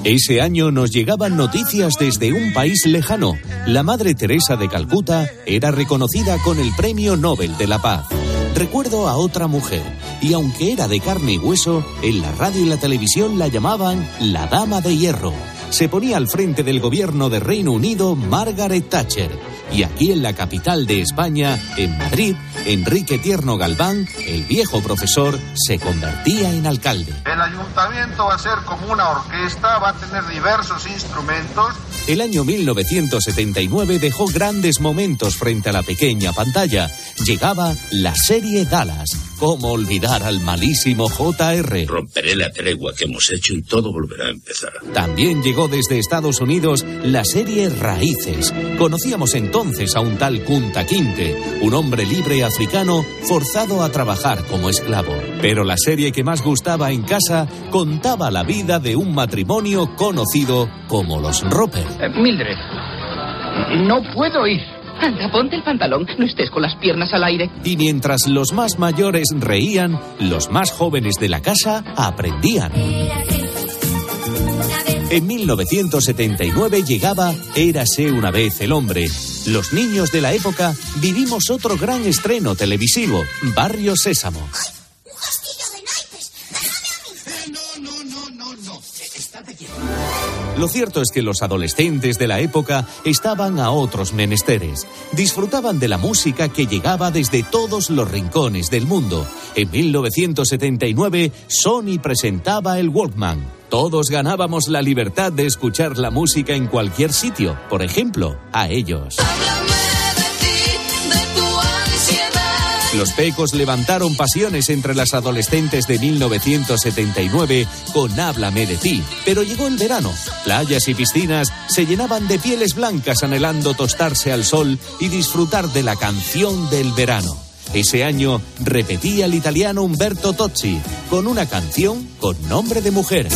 Ese año nos llegaban noticias desde un país lejano. La Madre Teresa de Calcuta era reconocida con el Premio Nobel de la Paz. Recuerdo a otra mujer, y aunque era de carne y hueso, en la radio y la televisión la llamaban la Dama de Hierro. Se ponía al frente del gobierno de Reino Unido Margaret Thatcher. Y aquí en la capital de España, en Madrid, Enrique Tierno Galván, el viejo profesor, se convertía en alcalde. El ayuntamiento va a ser como una orquesta, va a tener diversos instrumentos. El año mil novecientos setenta y nueve dejó grandes momentos frente a la pequeña pantalla. Llegaba la serie Dallas. ¿Cómo olvidar al malísimo J R? Romperé la tregua que hemos hecho y todo volverá a empezar. También llegó desde Estados Unidos la serie Raíces. Conocíamos entonces a un tal Kunta Kinte, un hombre libre africano forzado a trabajar como esclavo. Pero la serie que más gustaba en casa contaba la vida de un matrimonio conocido como los Roper. Eh, Mildred, no puedo ir. Anda, ponte el pantalón, no estés con las piernas al aire. Y mientras los más mayores reían, los más jóvenes de la casa aprendían. En mil novecientos setenta y nueve llegaba Érase una vez el hombre. Los niños de la época vivimos otro gran estreno televisivo, Barrio Sésamo. ¡Un castillo de naipes! ¡Déjame a mí! No, no, no, no, no. Estate quieto. Lo cierto es que los adolescentes de la época estaban a otros menesteres. Disfrutaban de la música que llegaba desde todos los rincones del mundo. En mil novecientos setenta y nueve, Sony presentaba el Walkman. Todos ganábamos la libertad de escuchar la música en cualquier sitio. Por ejemplo, a ellos. Los Pecos levantaron pasiones entre las adolescentes de mil novecientos setenta y nueve con Háblame de ti. Pero llegó el verano. Playas y piscinas se llenaban de pieles blancas anhelando tostarse al sol y disfrutar de la canción del verano. Ese año repetía el italiano Umberto Tozzi con una canción con nombre de mujer.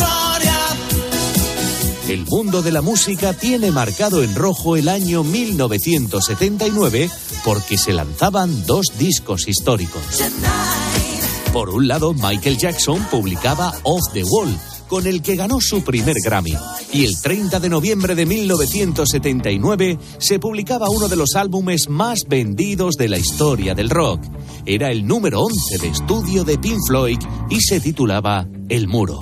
El mundo de la música tiene marcado en rojo el año mil novecientos setenta y nueve porque se lanzaban dos discos históricos. Por un lado, Michael Jackson publicaba Off the Wall, con el que ganó su primer Grammy. Y el treinta de noviembre de mil novecientos setenta y nueve se publicaba uno de los álbumes más vendidos de la historia del rock. Era el número once de estudio de Pink Floyd y se titulaba El Muro.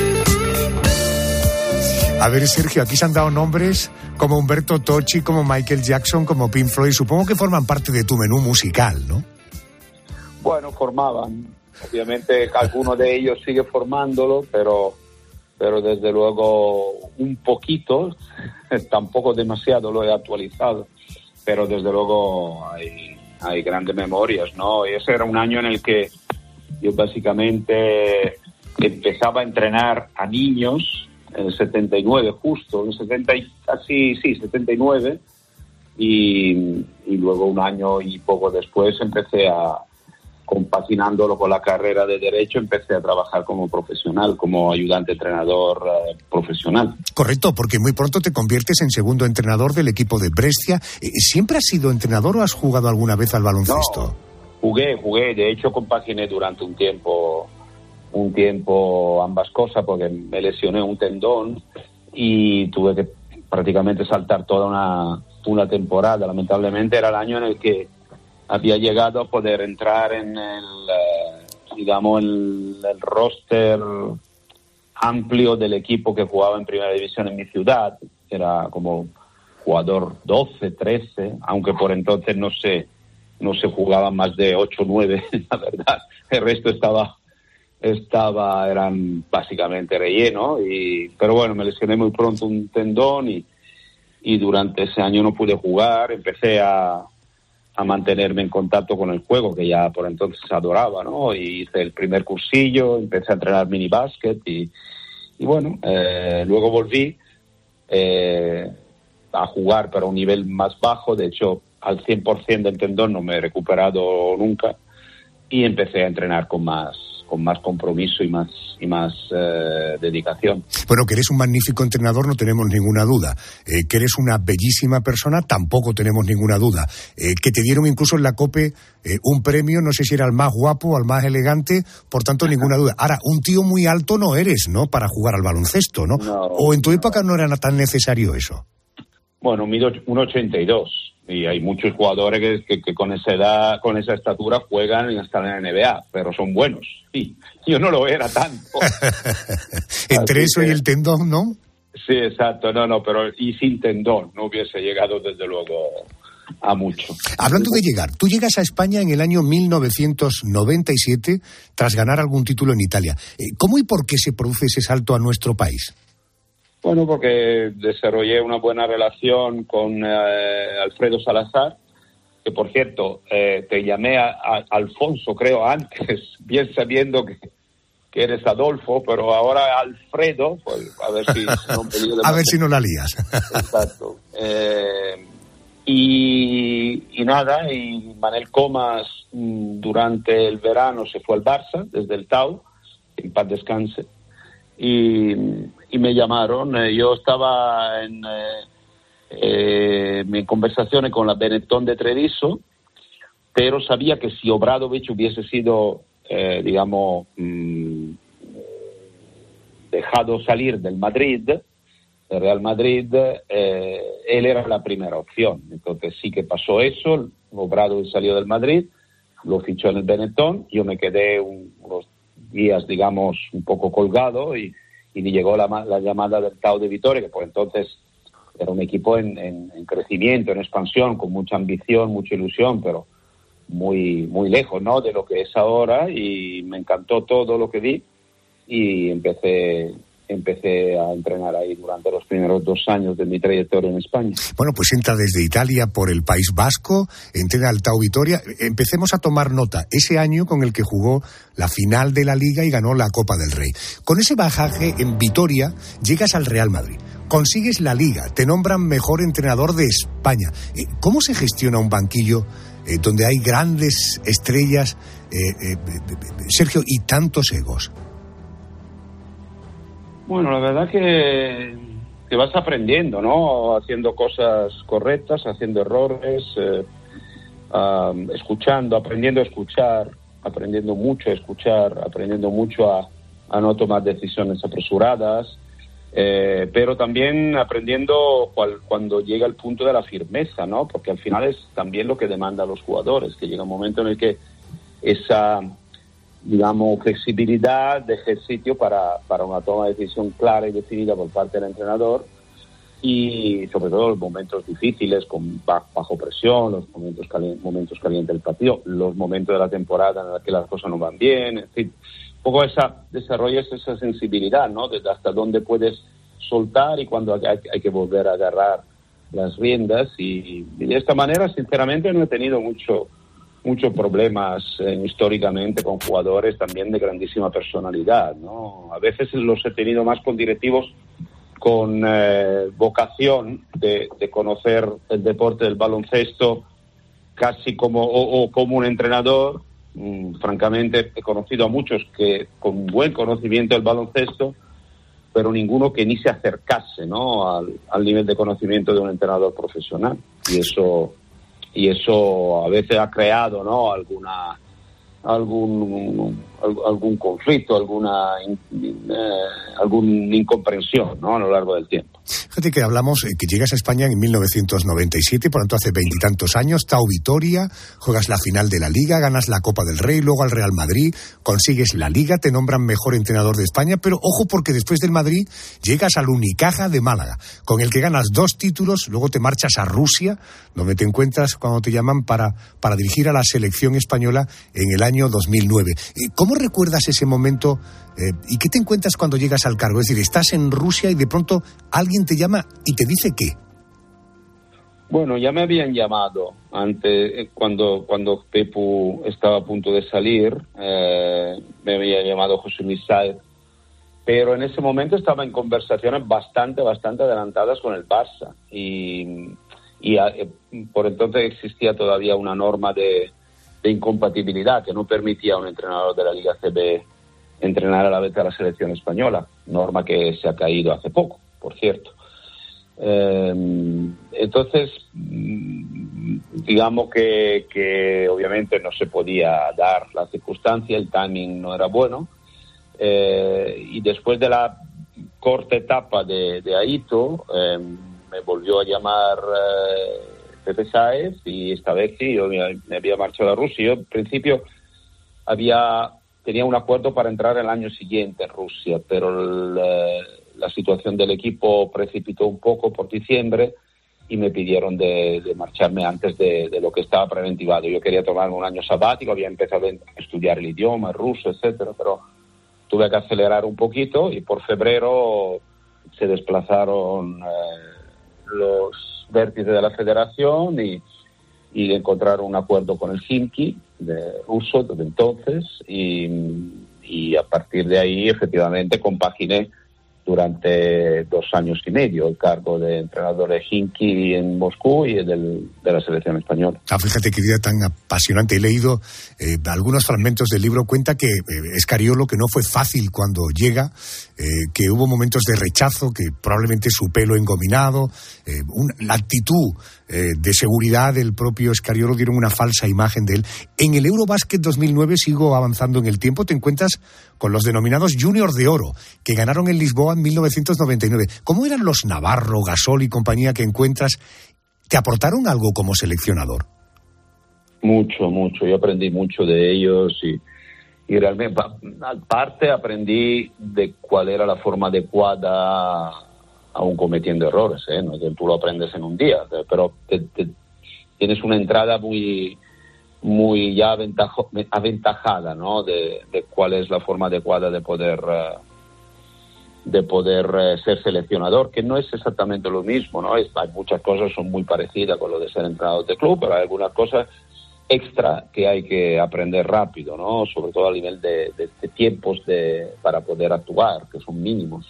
A ver, Sergio, aquí se han dado nombres como Umberto Tozzi, como Michael Jackson, como Pink Floyd. Supongo que forman parte de tu menú musical, ¿no? Bueno, formaban. Obviamente alguno de ellos sigue formándolo, pero, pero desde luego un poquito, tampoco demasiado lo he actualizado, pero desde luego hay, hay grandes memorias, ¿no? Y ese era un año en el que yo básicamente empezaba a entrenar a niños, en el setenta y nueve justo, en setenta y, casi, sí, setenta y nueve, y, y luego un año y poco después empecé a, compaginándolo con la carrera de Derecho, empecé a trabajar como profesional, como ayudante entrenador eh, profesional. Correcto, porque muy pronto te conviertes en segundo entrenador del equipo de Brescia. ¿Siempre has sido entrenador o has jugado alguna vez al baloncesto? No, jugué, jugué, de hecho compaginé durante un tiempo... un tiempo ambas cosas porque me lesioné un tendón y tuve que prácticamente saltar toda una, una temporada. Lamentablemente era el año en el que había llegado a poder entrar en el, digamos, el, el roster amplio del equipo que jugaba en Primera División en mi ciudad. Era como jugador doce, trece, aunque por entonces no se, no se jugaban más de ocho o nueve, la verdad. El resto estaba... estaba eran básicamente relleno y pero bueno, me lesioné muy pronto un tendón y, y durante ese año no pude jugar. Empecé a, a mantenerme en contacto con el juego que ya por entonces adoraba, ¿no? Y hice el primer cursillo, empecé a entrenar mini básquet y, y bueno, eh, luego volví eh, a jugar pero a un nivel más bajo. De hecho, al cien por ciento del tendón no me he recuperado nunca y empecé a entrenar con más con más compromiso y más y más eh, dedicación. Bueno, que eres un magnífico entrenador, no tenemos ninguna duda. Eh, que eres una bellísima persona, tampoco tenemos ninguna duda. Eh, que te dieron incluso en la COPE eh, un premio, no sé si era el más guapo o el más elegante, por tanto, ninguna duda. Ahora, un tío muy alto no eres, ¿no?, para jugar al baloncesto, ¿no? No, ¿O en tu época no era tan necesario eso? Bueno, mido uno ochenta y dos y hay muchos jugadores que, que, que con esa edad, con esa estatura juegan y están en la N B A, pero son buenos. Sí, yo no lo era tanto. Entre Así eso que, y el tendón, ¿no? Sí, exacto, no, no, pero y sin tendón no hubiese llegado desde luego a mucho. Hablando de llegar, tú llegas a España en el año mil novecientos noventa y siete tras ganar algún título en Italia. ¿Cómo y por qué se produce ese salto a nuestro país? Bueno, porque desarrollé una buena relación con eh, Alfredo Salazar, que por cierto, eh, te llamé a, a Alfonso, creo, antes, bien sabiendo que, que eres Adolfo, pero ahora Alfredo, pues a ver si no me a ver si no la lías. Exacto. Eh, y, y nada, y Manel Comas durante el verano se fue al Barça, desde el Tau, en paz descanse, y, y me llamaron. Eh, yo estaba en, eh, eh, en conversaciones con la Benetton de Treviso, pero sabía que si Obradovic hubiese sido, eh, digamos, mmm, dejado salir del Madrid, del Real Madrid, eh, él era la primera opción. Entonces sí que pasó eso, Obradovic salió del Madrid, lo fichó en el Benetton, yo me quedé un, unos días, digamos, un poco colgado y, y me llegó la, la llamada del Tau de Vitoria, que por entonces era un equipo en, en, en crecimiento, en expansión, con mucha ambición, mucha ilusión, pero muy muy lejos, ¿no?, de lo que es ahora, y me encantó todo lo que vi y empecé empecé a entrenar ahí durante los primeros dos años de mi trayectoria en España. Bueno, pues entra desde Italia por el País Vasco, entrena al Tau Vitoria. Empecemos a tomar nota. Ese año con el que jugó la final de la Liga y ganó la Copa del Rey. Con ese bagaje en Vitoria llegas al Real Madrid. Consigues la Liga, te nombran mejor entrenador de España. ¿Cómo se gestiona un banquillo eh, donde hay grandes estrellas, eh, eh, Sergio, y tantos egos? Bueno, la verdad que, que vas aprendiendo, ¿no? Haciendo cosas correctas, haciendo errores, eh, um, escuchando, aprendiendo a escuchar, aprendiendo mucho a escuchar, aprendiendo mucho a, a no tomar decisiones apresuradas, eh, pero también aprendiendo cual, cuando llega el punto de la firmeza, ¿no? Porque al final es también lo que demanda a los jugadores, que llega un momento en el que esa, digamos, flexibilidad deje sitio para, para una toma de decisión clara y definida por parte del entrenador, y sobre todo los momentos difíciles, con bajo presión, los momentos calientes, momentos calientes del partido, los momentos de la temporada en los que las cosas no van bien, en fin, un poco esa, desarrollas esa sensibilidad, ¿no?, desde hasta dónde puedes soltar y cuándo hay, hay que volver a agarrar las riendas, y, y de esta manera, sinceramente, no he tenido mucho muchos problemas eh, históricamente con jugadores también de grandísima personalidad, ¿no? A veces los he tenido más con directivos con eh, vocación de, de conocer el deporte del baloncesto casi como o, o como un entrenador. Mm, francamente he conocido a muchos que con buen conocimiento del baloncesto, pero ninguno que ni se acercase, ¿no?, al, al nivel de conocimiento de un entrenador profesional, y eso y eso a veces ha creado, ¿no?, alguna algún algún conflicto, alguna eh, algún incomprensión, ¿no?, a lo largo del tiempo. Fíjate que hablamos eh, que llegas a España en mil novecientos noventa y siete, por tanto hace veintitantos años, Tau Vitoria, juegas la final de la Liga, ganas la Copa del Rey, luego al Real Madrid, consigues la Liga, te nombran mejor entrenador de España, pero ojo, porque después del Madrid llegas al Unicaja de Málaga, con el que ganas dos títulos, luego te marchas a Rusia, donde te encuentras cuando te llaman para, para dirigir a la selección española en el año dos mil nueve. ¿Cómo recuerdas ese momento eh, y qué te encuentras cuando llegas al cargo? Es decir, estás en Rusia y de pronto alguien te llama y te dice qué. Bueno, ya me habían llamado antes, cuando cuando Pepu estaba a punto de salir, eh, me había llamado José Luis Sáez, pero en ese momento estaba en conversaciones bastante, bastante adelantadas con el Barça, y, y a, por entonces existía todavía una norma de, de incompatibilidad que no permitía a un entrenador de la Liga C B entrenar a la vez a la selección española, norma que se ha caído hace poco, por cierto. Eh, entonces, digamos que, que obviamente no se podía dar la circunstancia, el timing no era bueno, eh, y después de la corta etapa de, de Aito, eh, me volvió a llamar eh, Pepe Sáez, y esta vez sí, yo me, me había marchado a Rusia. Yo, en principio, había tenía un acuerdo para entrar el año siguiente en Rusia, pero el, eh, la situación del equipo precipitó un poco por diciembre y me pidieron de, de marcharme antes de, de lo que estaba preventivado. Yo quería tomarme un año sabático, había empezado a estudiar el idioma, el ruso, etcétera, pero tuve que acelerar un poquito y por febrero se desplazaron eh, los vértices de la federación y, y encontraron un acuerdo con el Khimki de ruso desde entonces y, y a partir de ahí efectivamente compaginé durante dos años y medio el cargo de entrenador de Khimki en Moscú y del, de la selección española. Ah, fíjate qué vida tan apasionante. He leído eh, algunos fragmentos del libro. Cuenta que eh, Scariolo, que no fue fácil cuando llega, eh, que hubo momentos de rechazo, que probablemente su pelo engominado, eh, un, la actitud eh, de seguridad del propio Scariolo dieron una falsa imagen de él. En el Eurobasket dos mil nueve, sigo avanzando en el tiempo, te encuentras con los denominados Juniors de Oro, que ganaron en Lisboa en mil novecientos noventa y nueve. ¿Cómo eran los Navarro, Gasol y compañía que encuentras? ¿Te aportaron algo como seleccionador? Mucho, mucho. Yo aprendí mucho de ellos y, y realmente, aparte, aprendí de cuál era la forma adecuada, aún cometiendo errores, ¿eh? No es que tú lo aprendes en un día, pero te, te, tienes una entrada muy muy ya aventajo, aventajada, ¿no? De, de cuál es la forma adecuada de poder uh, de poder uh, ser seleccionador, que no es exactamente lo mismo, ¿no? Es, hay muchas cosas son muy parecidas con lo de ser entrenador de club, pero hay algunas cosas extra que hay que aprender rápido, ¿no? Sobre todo a nivel de, de, de tiempos de para poder actuar, que son mínimos.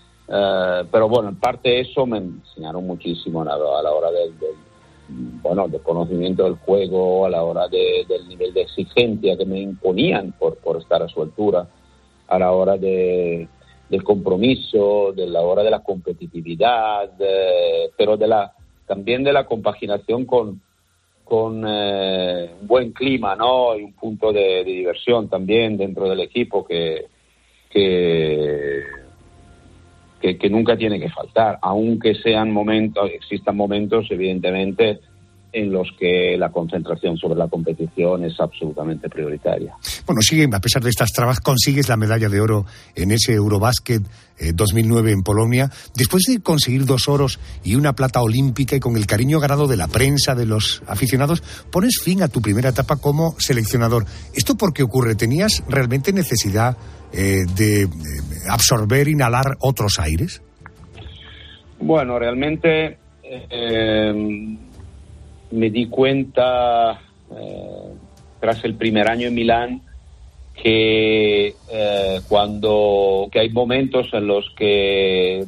Uh, pero bueno, en parte eso me enseñaron muchísimo a la, a la hora del de, bueno, del conocimiento del juego, a la hora de, del nivel de exigencia que me imponían por, por estar a su altura, a la hora de, del compromiso, de la hora de la competitividad, de, pero de la también de la compaginación con, con eh, un buen clima, ¿no? Y un punto de, de diversión también dentro del equipo que, que Que, que nunca tiene que faltar, aunque sean momentos, existan momentos evidentemente en los que la concentración sobre la competición es absolutamente prioritaria. Bueno, sigue, a pesar de estas trabas, consigues la medalla de oro en ese Eurobasket eh, dos mil nueve en Polonia. Después de conseguir dos oros y una plata olímpica y con el cariño ganado de la prensa, de los aficionados, pones fin a tu primera etapa como seleccionador. ¿Esto por qué ocurre? ¿Tenías realmente necesidad eh, de, de absorber, inhalar otros aires? Bueno, realmente eh, me di cuenta eh, tras el primer año en Milán que eh, cuando que hay momentos en los que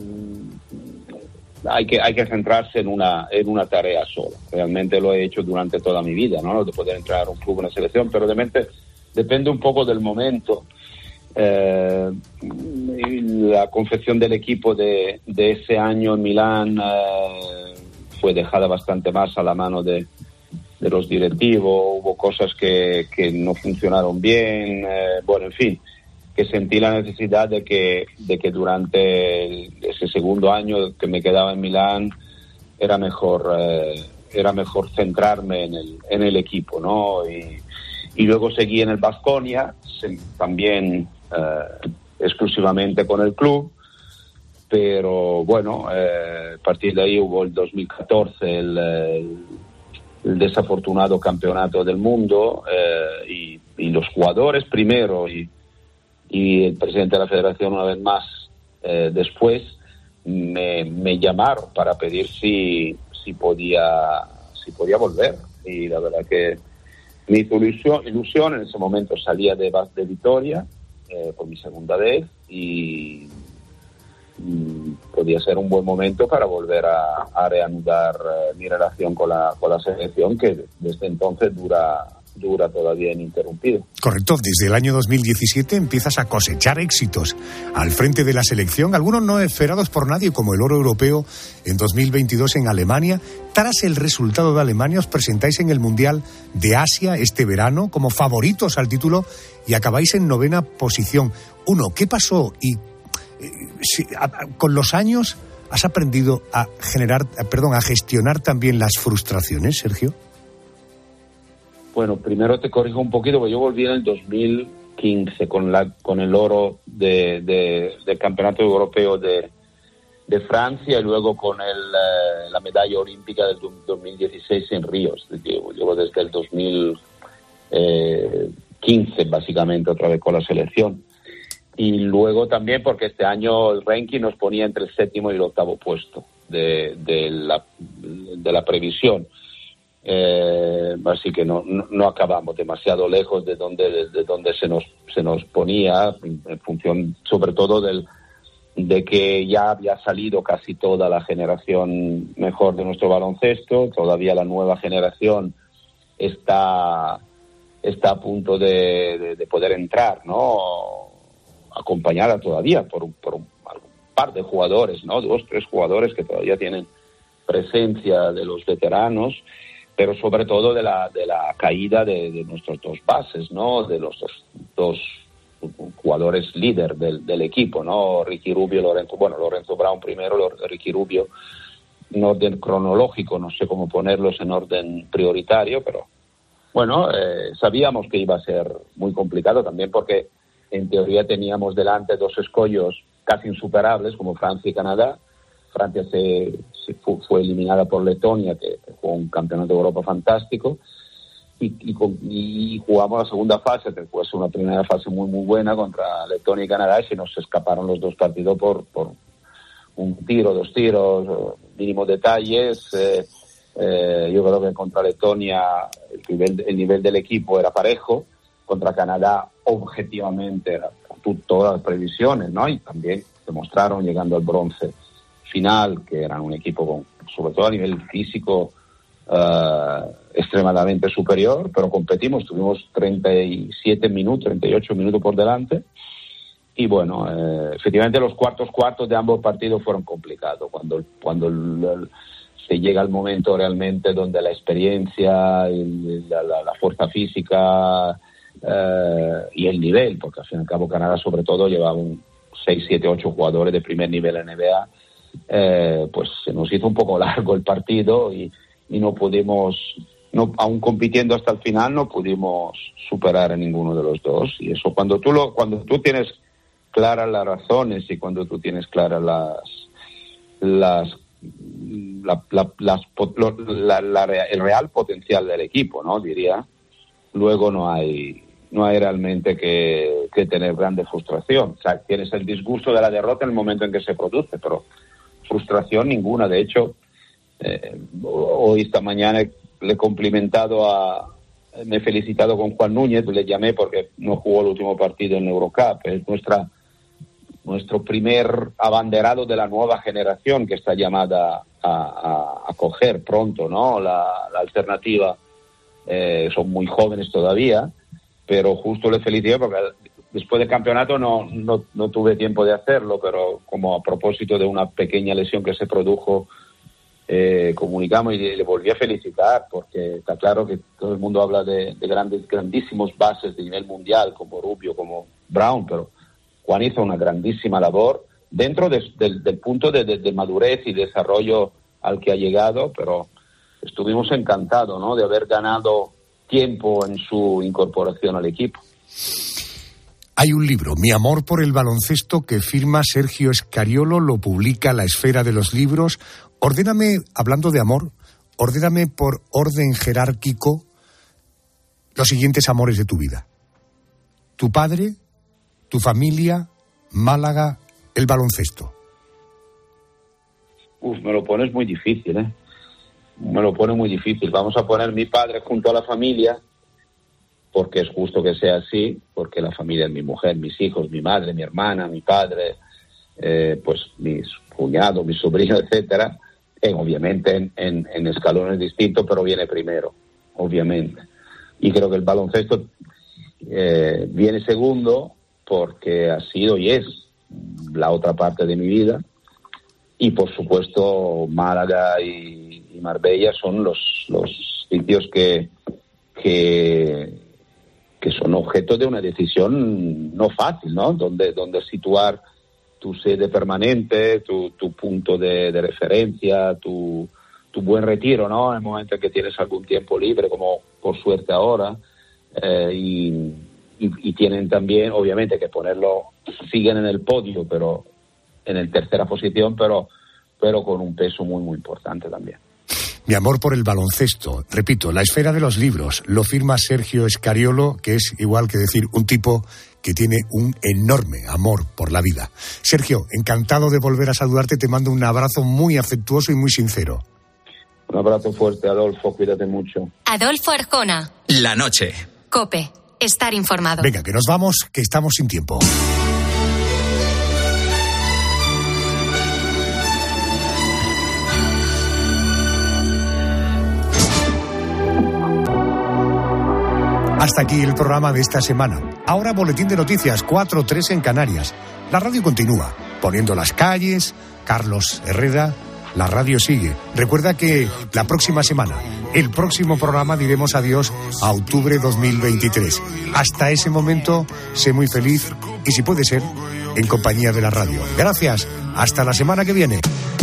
mmm, hay que hay que centrarse en una en una tarea sola. Realmente lo he hecho durante toda mi vida, ¿no? De poder entrar a un club, una selección, pero realmente depende un poco del momento. Eh, la confección del equipo de, de ese año en Milán eh, fue dejada bastante más a la mano de, de los directivos, hubo cosas que, que no funcionaron bien, eh, bueno, en fin, que sentí la necesidad de que, de que durante el, ese segundo año que me quedaba en Milán era mejor, eh, era mejor centrarme en el, en el equipo, ¿no? Y, y luego seguí en el Baskonia, también eh, exclusivamente con el club, pero bueno, eh, a partir de ahí hubo el dos mil catorce el, el, el desafortunado campeonato del mundo eh, y, y los jugadores primero y, y el presidente de la federación una vez más eh, después me, me llamaron para pedir si, si podía si podía volver, y la verdad que me hizo ilusión, ilusión. En ese momento salía de, de Vitoria eh, por mi segunda vez y podía ser un buen momento para volver a, a reanudar eh, mi relación con la con la selección, que desde entonces dura dura todavía ininterrumpido. Correcto, desde el año dos mil diecisiete empiezas a cosechar éxitos al frente de la selección, algunos no esperados por nadie, como el oro europeo en dos mil veintidós en Alemania. Tras el resultado de Alemania os presentáis en el Mundial de Asia este verano como favoritos al título y acabáis en novena posición. Uno, ¿qué pasó? Y eh, si, a, a, con los años has aprendido a generar, a, perdón, a gestionar también las frustraciones, Sergio. Bueno, primero te corrijo un poquito, porque yo volví en el dos mil quince con la con el oro de, de, del Campeonato Europeo de, de Francia y luego con el, eh, la medalla olímpica del dos mil dieciséis en Río. Llevo, llevo desde el dos mil quince básicamente otra vez con la selección. Y luego también porque este año el ranking nos ponía entre el séptimo y el octavo puesto de, de, la, de la previsión. Eh, así que no, no, no acabamos demasiado lejos de donde, de, de donde se nos se nos ponía, en, en función sobre todo del de que ya había salido casi toda la generación mejor de nuestro baloncesto. Todavía la nueva generación está está a punto de, de, de poder entrar, ¿no? Acompañada todavía por un, por un, un par de jugadores, ¿no? Dos, tres jugadores que todavía tienen presencia de los veteranos, pero sobre todo de la de la caída de, de nuestros dos bases, ¿no? De los dos, dos jugadores líder del, del equipo, ¿no? Ricky Rubio, Lorenzo, bueno, Lorenzo Brown primero, Ricky Rubio en orden cronológico, no sé cómo ponerlos en orden prioritario, pero bueno, eh, sabíamos que iba a ser muy complicado también porque en teoría teníamos delante dos escollos casi insuperables como Francia y Canadá. Francia se, se fue, fue eliminada por Letonia, que jugó un campeonato de Europa fantástico, y, y, y jugamos la segunda fase, que fue una primera fase muy muy buena contra Letonia y Canadá, y se nos escaparon los dos partidos por, por un tiro, dos tiros, mínimos detalles. Eh, eh, yo creo que contra Letonia el nivel, el nivel del equipo era parejo, contra Canadá objetivamente era todas las previsiones, ¿no? Y también demostraron llegando al bronce final que eran un equipo con, sobre todo a nivel físico, uh, extremadamente superior, pero competimos, tuvimos treinta y siete minutos, treinta y ocho minutos por delante, y bueno, eh, efectivamente los cuartos cuartos de ambos partidos fueron complicados, cuando, cuando el, el, se llega al momento realmente donde la experiencia, el, la, la, la fuerza física uh, y el nivel, porque al fin y al cabo Canadá sobre todo llevaba un seis, siete, ocho jugadores de primer nivel en N B A. Eh, pues se nos hizo un poco largo el partido y, y no pudimos, no, aún compitiendo hasta el final, no pudimos superar a ninguno de los dos. Y eso cuando tú lo, cuando tú tienes claras las razones y cuando tú tienes claras las las la, la, las la, la, el real potencial del equipo, ¿no? Diría, luego no hay no hay realmente que, que tener grande frustración. O sea, tienes el disgusto de la derrota en el momento en que se produce, pero frustración ninguna. De hecho, eh, hoy esta mañana le he complimentado a, me he felicitado con Juan Núñez, le llamé porque no jugó el último partido en Eurocup, es nuestra nuestro primer abanderado de la nueva generación que está llamada a, a, a coger pronto, ¿no? La, la alternativa, eh, son muy jóvenes todavía, pero justo le felicité porque después del campeonato no, no, no tuve tiempo de hacerlo, pero como a propósito de una pequeña lesión que se produjo, eh, comunicamos y le volví a felicitar, porque está claro que todo el mundo habla de, de grandes, grandísimos bases de nivel mundial, como Rubio, como Brown, pero Juan hizo una grandísima labor dentro de, de, del punto de, de, de madurez y desarrollo al que ha llegado, pero estuvimos encantados, ¿no?, de haber ganado tiempo en su incorporación al equipo. Hay un libro, Mi amor por el baloncesto, que firma Sergio Scariolo, lo publica La Esfera de los Libros. Ordéname, hablando de amor, ordéname por orden jerárquico los siguientes amores de tu vida. Tu padre, tu familia, Málaga, el baloncesto. Uf, me lo pones muy difícil, ¿eh? Me lo pone muy difícil. Vamos a poner mi padre junto a la familia, porque es justo que sea así, porque la familia es mi mujer, mis hijos, mi madre, mi hermana, mi padre, eh, pues mis cuñados, mis sobrinos, etcétera. Eh, obviamente en, en, en escalones distintos, pero viene primero, obviamente. y creo que el baloncesto eh, viene segundo porque ha sido y es la otra parte de mi vida, y por supuesto Málaga y, y Marbella son los, los sitios que, que, que son objeto de una decisión no fácil, ¿no? Donde, donde situar tu sede permanente, tu, tu punto de, de referencia, tu, tu buen retiro, ¿no? En el momento en que tienes algún tiempo libre, como por suerte ahora, eh, y, y, y tienen también, obviamente, que ponerlo, siguen en el podio, pero en el tercera posición, pero, pero con un peso muy, muy importante también. Mi amor por el baloncesto, repito, la esfera de los libros, lo firma Sergio Escariolo, que es igual que decir un tipo que tiene un enorme amor por la vida. Sergio, encantado de volver a saludarte, te mando un abrazo muy afectuoso y muy sincero. Un abrazo fuerte, Adolfo, cuídate mucho. Adolfo Arjona. La noche. COPE. Estar informado. Venga, que nos vamos, que estamos sin tiempo. Hasta aquí el programa de esta semana. Ahora boletín de noticias, cuatro tres en Canarias. La radio continúa, poniendo las calles, Carlos Herrera, la radio sigue. Recuerda que la próxima semana, el próximo programa, diremos adiós a octubre dos mil veintitrés. Hasta ese momento, sé muy feliz y, si puede ser, en compañía de la radio. Gracias, hasta la semana que viene.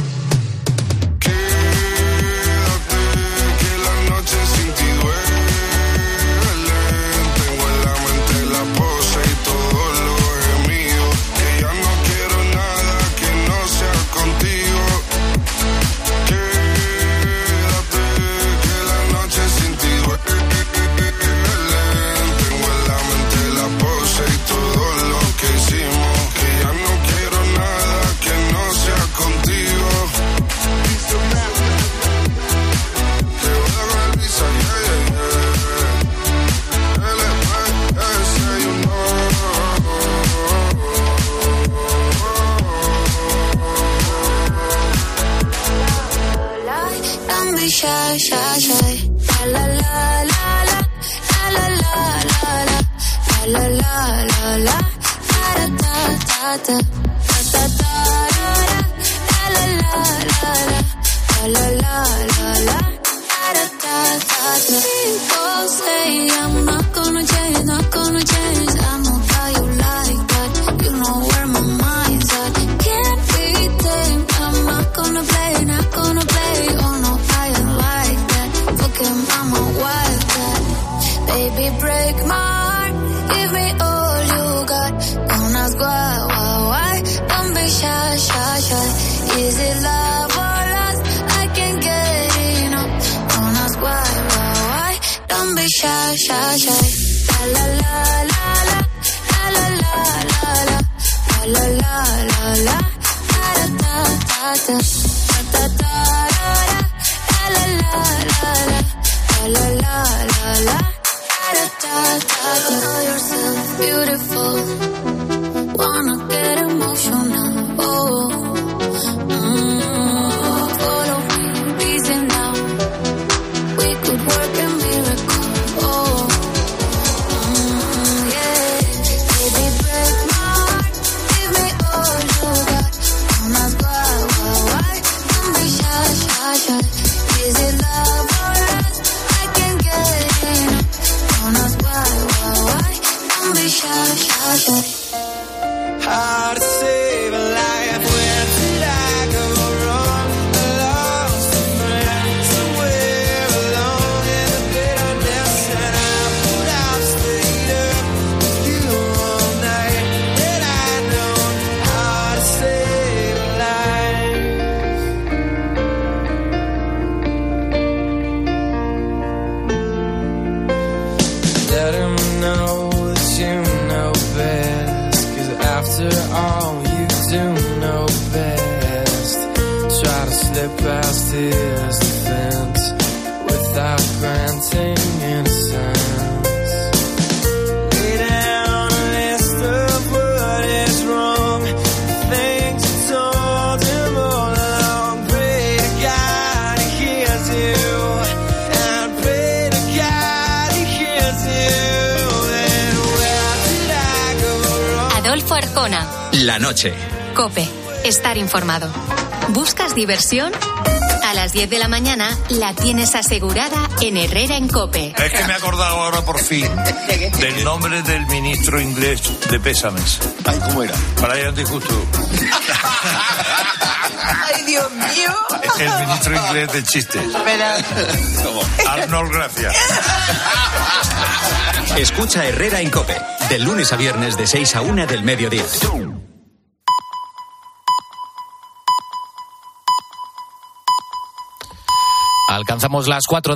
Shy, shy, shy. La la la la la, la la la la la, la la la la, da da da da, da da da da, la la la la, la la la la, da da da da. People say I'm not gonna change, not gonna change. I know how you like that. You know where my mind's at. Can't be tamed. I'm not gonna play, not gonna play. Oh no. I'm a wildcat. Baby, break my heart. Give me all you got. Don't ask why, why, why. Don't be shy, shy, shy. Is it love or lust? I can't get enough. Don't ask why, why, why. Don't be shy, shy, shy. La la la la la. La la la la la. La la la la la. Da da da da. Da da da da. La la la la la. La la la la, da da da da. You know yourself beautiful. Wanna get emotional. Oh, mm, follow me, reason now. We could work a miracle. Oh, mm, yeah. Baby, break my heart. Give me all you got. Don't ask why, why, why. Don't be shy, shy, shy. Is it love or lust? Don't ask why, why, why. Don't be shy, shy, shy. How to save a life? Where did I go wrong? I lost a friend somewhere alone in the bitterness, and I put out stayed up with you all night. And I know how to save a life. Let him know that you know best, 'cause after all you do know best. Try to slip past his defense without granting innocence. Lay down a list of what is wrong, things you told him all along. Pray to God he hears you, and pray to God he hears Arjona. La noche. COPE. Estar informado. ¿Buscas diversión? A las diez de la mañana la tienes asegurada en Herrera en COPE. Es que me he acordado ahora por fin del nombre del ministro inglés de Pésames. Ay, ¿cómo era? Brian de Justo. Ay, Dios mío. El ministro inglés de chistes. Arnold Gracia. Escucha Herrera en COPE. De lunes a viernes de seis a una del mediodía. Alcanzamos las cuatro.